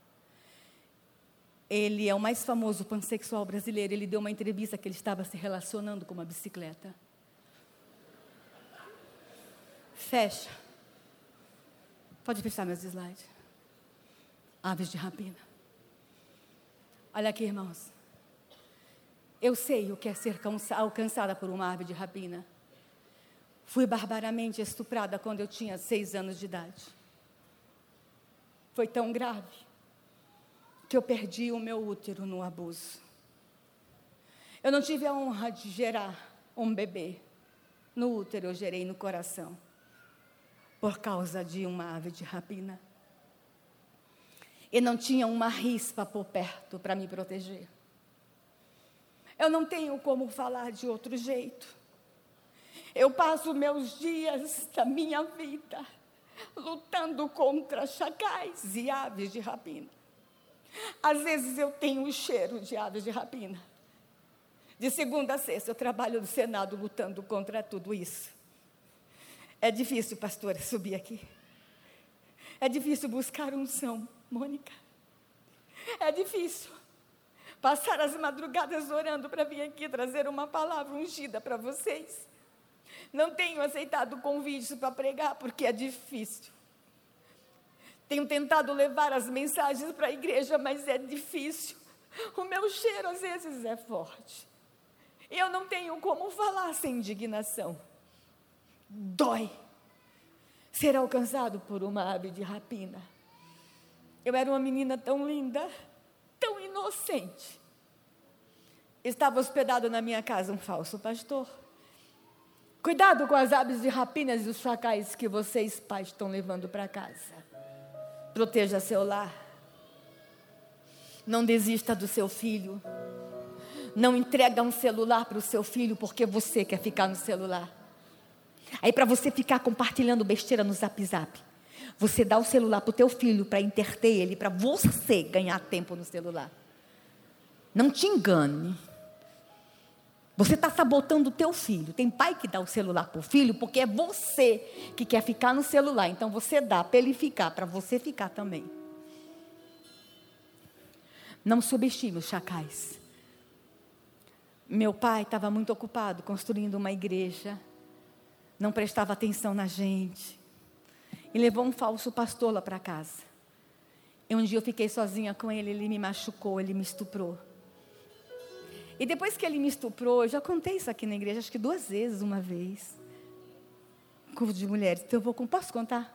Ele é o mais famoso pansexual brasileiro. Ele deu uma entrevista que ele estava se relacionando com uma bicicleta. Fecha. Pode fechar meus slides. Aves de rapina. Olha aqui, irmãos. Eu sei o que é ser alcançada por uma ave de rapina. Fui barbaramente estuprada quando eu tinha seis anos de idade. Foi tão grave que eu perdi o meu útero no abuso. Eu não tive a honra de gerar um bebê. No útero eu gerei no coração. Por causa de uma ave de rapina. E não tinha uma rispa por perto para me proteger. Eu não tenho como falar de outro jeito. Eu passo meus dias da minha vida lutando contra chacais e aves de rapina. Às vezes eu tenho o cheiro de aves de rapina. De segunda a sexta eu trabalho no Senado lutando contra tudo isso. É difícil, pastora, subir aqui. É difícil buscar unção, Mônica. É difícil passar as madrugadas orando para vir aqui trazer uma palavra ungida para vocês. Não tenho aceitado o convite para pregar porque é difícil. Tenho tentado levar as mensagens para a igreja, mas é difícil. O meu cheiro às vezes é forte. E eu não tenho como falar sem indignação. Dói ser alcançado por uma ave de rapina. Eu era uma menina tão linda, tão inocente. Estava hospedado na minha casa um falso pastor. Cuidado com as aves de rapinas e os chacais que vocês, pais, estão levando para casa. Proteja seu lar. Não desista do seu filho. Não entrega um celular para o seu filho porque você quer ficar no celular. Aí para você ficar compartilhando besteira no Zap Zap, você dá o celular para o teu filho para entreter ele, para você ganhar tempo no celular. Não te engane. Você está sabotando o teu filho. Tem pai que dá o celular para o filho porque é você que quer ficar no celular. Então você dá para ele ficar, para você ficar também. Não subestime os chacais. Meu pai estava muito ocupado construindo uma igreja. Não prestava atenção na gente. E levou um falso pastor lá para casa. E um dia eu fiquei sozinha com ele, ele me machucou, ele me estuprou. E depois que ele me estuprou, eu já contei isso aqui na igreja, acho que duas vezes, uma vez. Curso de mulheres, então eu vou, posso contar?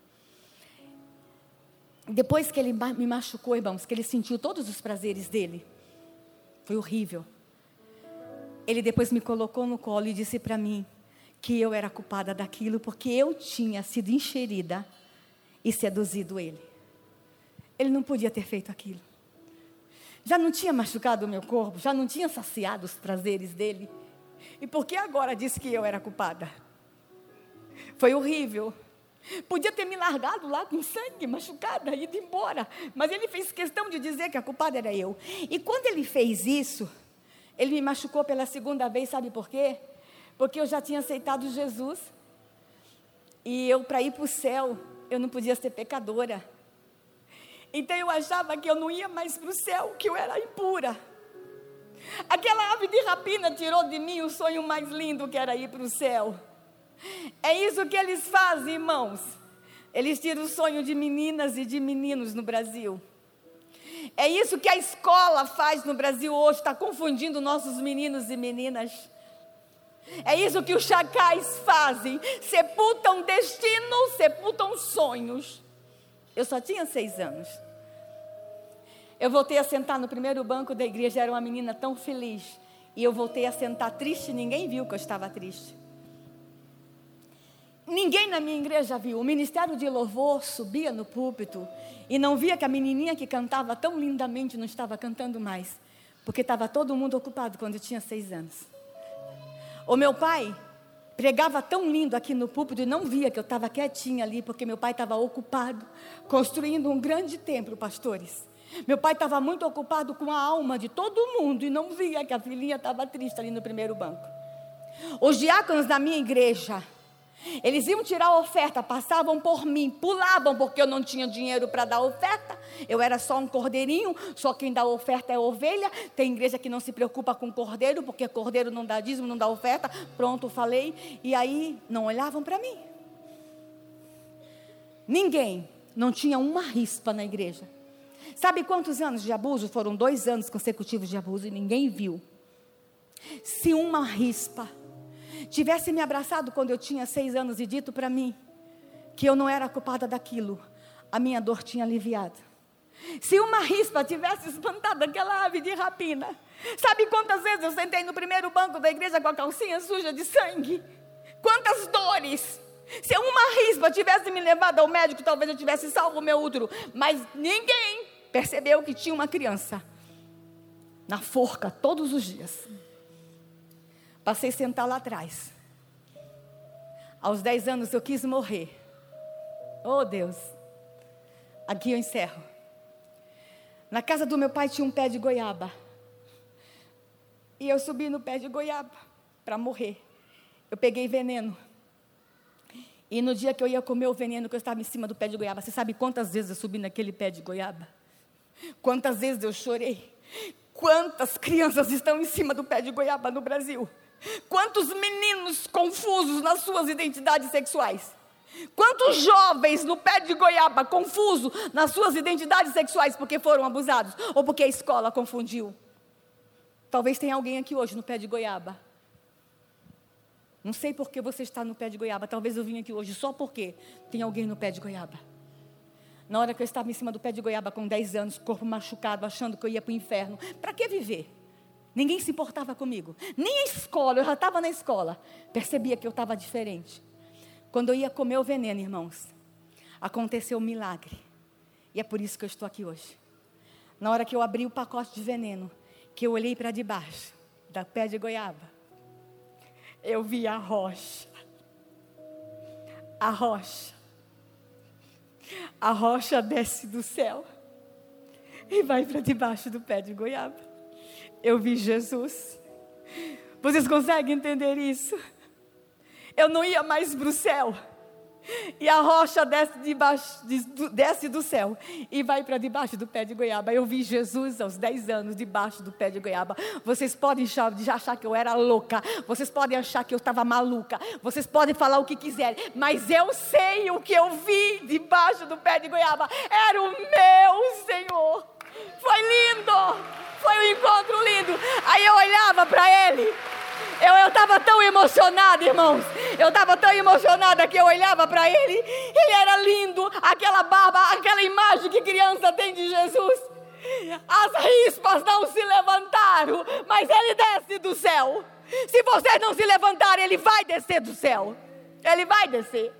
Depois que ele me machucou, irmãos, que ele sentiu todos os prazeres dele, foi horrível. Ele depois me colocou no colo e disse para mim que eu era culpada daquilo, porque eu tinha sido enxerida e seduzido ele. Ele não podia ter feito aquilo. Já não tinha machucado o meu corpo, já não tinha saciado os prazeres dele. E por que agora disse que eu era culpada? Foi horrível. Podia ter me largado lá com sangue, machucada, ido embora. Mas ele fez questão de dizer que a culpada era eu. E quando ele fez isso, ele me machucou pela segunda vez, sabe por quê? Porque eu já tinha aceitado Jesus. E eu, para ir para o céu, eu não podia ser pecadora. Então eu achava que eu não ia mais para o céu, que eu era impura. Aquela ave de rapina tirou de mim o sonho mais lindo, que era ir para o céu. É isso que eles fazem, irmãos. Eles tiram o sonho de meninas e de meninos no Brasil. É isso que a escola faz no Brasil hoje, está confundindo nossos meninos e meninas. É isso que os chacais fazem, sepultam destinos, sepultam sonhos. Eu só tinha seis anos. Eu voltei a sentar no primeiro banco da igreja, era uma menina tão feliz. E eu voltei a sentar triste, ninguém viu que eu estava triste. Ninguém na minha igreja viu. O ministério de louvor subia no púlpito e não via que a menininha que cantava tão lindamente não estava cantando mais. Porque estava todo mundo ocupado quando eu tinha seis anos. O meu pai pregava tão lindo aqui no púlpito e não via que eu estava quietinha ali, porque meu pai estava ocupado construindo um grande templo, pastores. Meu pai estava muito ocupado com a alma de todo mundo e não via que a filhinha estava triste ali no primeiro banco. Os diáconos da minha igreja, eles iam tirar a oferta, passavam por mim, pulavam porque eu não tinha dinheiro para dar oferta. Eu era só um cordeirinho, só quem dá oferta é ovelha. Tem igreja que não se preocupa com cordeiro, porque cordeiro não dá dízimo, não dá oferta. Pronto, falei. E aí não olhavam para mim. Ninguém, não tinha uma rispa na igreja. Sabe quantos anos de abuso? Foram dois anos consecutivos de abuso e ninguém viu. Se uma rispa tivesse me abraçado quando eu tinha seis anos e dito para mim que eu não era culpada daquilo, a minha dor tinha aliviado. Se uma rispa tivesse espantado aquela ave de rapina, sabe quantas vezes eu sentei no primeiro banco da igreja com a calcinha suja de sangue? Quantas dores! Se uma rispa tivesse me levado ao médico, talvez eu tivesse salvo o meu útero, mas ninguém percebeu que tinha uma criança na forca todos os dias. Passei a sentar lá atrás. Aos dez anos eu quis morrer. Oh Deus. Aqui eu encerro. Na casa do meu pai tinha um pé de goiaba. E eu subi no pé de goiaba para morrer. Eu peguei veneno. E no dia que eu ia comer o veneno, que eu estava em cima do pé de goiaba, você sabe quantas vezes eu subi naquele pé de goiaba? Quantas vezes eu chorei? Quantas crianças estão em cima do pé de goiaba no Brasil? Quantos meninos confusos nas suas identidades sexuais? Quantos jovens no pé de goiaba confusos nas suas identidades sexuais porque foram abusados ou porque a escola confundiu? Talvez tenha alguém aqui hoje no pé de goiaba. Não sei por que você está no pé de goiaba. Talvez eu vim aqui hoje só porque tem alguém no pé de goiaba. Na hora que eu estava em cima do pé de goiaba com dez anos, corpo machucado, achando que eu ia para o inferno. Para que viver? Ninguém se importava comigo. Nem a escola, eu já estava na escola. Percebia que eu estava diferente. Quando eu ia comer o veneno, irmãos, aconteceu um milagre. E é por isso que eu estou aqui hoje. Na hora que eu abri o pacote de veneno, que eu olhei para debaixo da pé de goiaba, eu vi a rocha. A rocha. A rocha desce do céu e vai para debaixo do pé de goiaba. Eu vi Jesus. Vocês conseguem entender isso? Eu não ia mais para o céu. E a rocha desce, debaixo, desce do céu e vai para debaixo do pé de goiaba. Eu vi Jesus aos dez anos debaixo do pé de goiaba. Vocês podem achar, achar que eu era louca. Vocês podem achar que eu estava maluca. Vocês podem falar o que quiserem. Mas eu sei o que eu vi debaixo do pé de goiaba. Era o meu Senhor. Foi lindo. Foi um encontro lindo. Aí eu olhava para Ele. Eu estava tão emocionada, irmãos. Eu estava tão emocionada que eu olhava para ele. Ele era lindo. Aquela barba, aquela imagem que criança tem de Jesus. As rispas não se levantaram, mas ele desce do céu. Se vocês não se levantarem, ele vai descer do céu. Ele vai descer.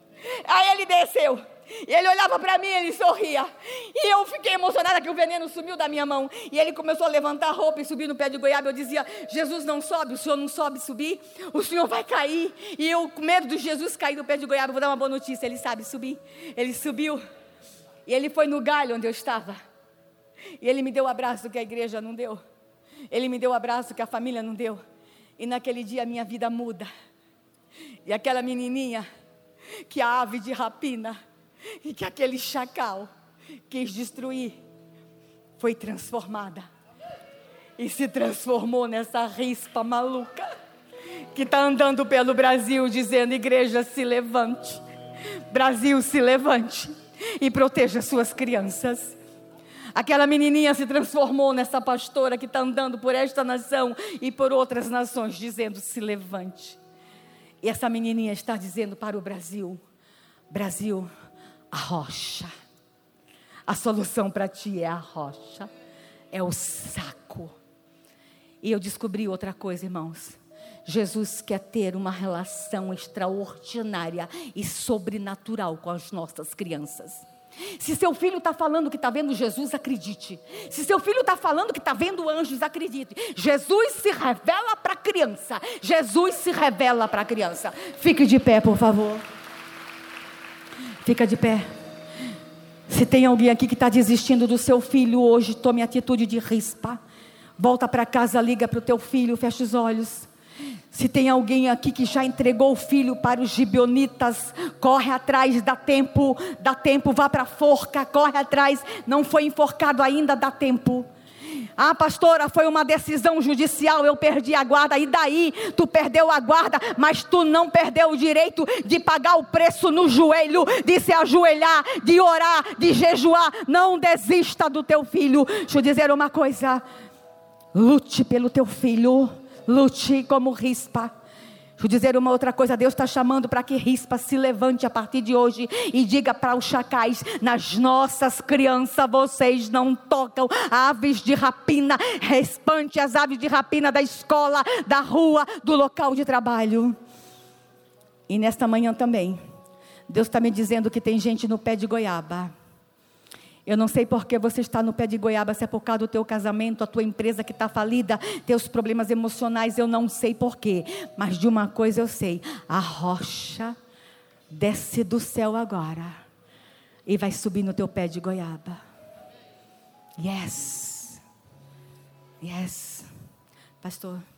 Aí ele desceu. E ele olhava para mim, ele sorria. E eu fiquei emocionada que o veneno sumiu da minha mão. E ele começou a levantar a roupa e subir no pé de goiaba. Eu dizia, Jesus não sobe, o Senhor não sobe subir. O Senhor vai cair. E eu com medo de Jesus cair no pé de goiaba, vou dar uma boa notícia, ele sabe subir. Ele subiu. E ele foi no galho onde eu estava. E ele me deu o abraço que a igreja não deu. Ele me deu o abraço que a família não deu. E naquele dia a minha vida muda. E aquela menininha, que a ave de rapina e que aquele chacal quis destruir, foi transformada. E se transformou nessa rispa maluca que está andando pelo Brasil dizendo, igreja se levante, Brasil se levante e proteja suas crianças. Aquela menininha se transformou nessa pastora que está andando por esta nação e por outras nações dizendo, se levante. E essa menininha está dizendo para o Brasil, Brasil, a rocha. A solução para ti é a rocha, é o saco. E eu descobri outra coisa, irmãos. Jesus quer ter uma relação extraordinária e sobrenatural com as nossas crianças. Se seu filho está falando que está vendo Jesus, acredite. Se seu filho está falando que está vendo anjos, acredite. Jesus se revela para a criança. Jesus se revela para a criança. Fique de pé, por favor. Fica de pé. Se tem alguém aqui que está desistindo do seu filho hoje, tome atitude de rispa. Volta para casa, liga para o teu filho, fecha os olhos. Se tem alguém aqui que já entregou o filho para os gibeonitas, corre atrás, dá tempo, dá tempo, vá para a forca, corre atrás, não foi enforcado ainda, dá tempo. Ah, pastora, foi uma decisão judicial, eu perdi a guarda, e daí? Tu perdeu a guarda, mas tu não perdeu o direito de pagar o preço no joelho, de se ajoelhar, de orar, de jejuar. Não desista do teu filho. Deixa eu dizer uma coisa, lute pelo teu filho, lute como rispa. Deixa eu dizer uma outra coisa, Deus está chamando para que rispa se levante a partir de hoje e diga para os chacais, nas nossas crianças vocês não tocam aves de rapina, espante as aves de rapina da escola, da rua, do local de trabalho. E nesta manhã também, Deus está me dizendo que tem gente no pé de goiaba. Eu não sei por que você está no pé de goiaba, se é por causa do teu casamento, a tua empresa que está falida, teus problemas emocionais, eu não sei por quê. Mas de uma coisa eu sei, a rocha desce do céu agora e vai subir no teu pé de goiaba. Yes, yes, pastor.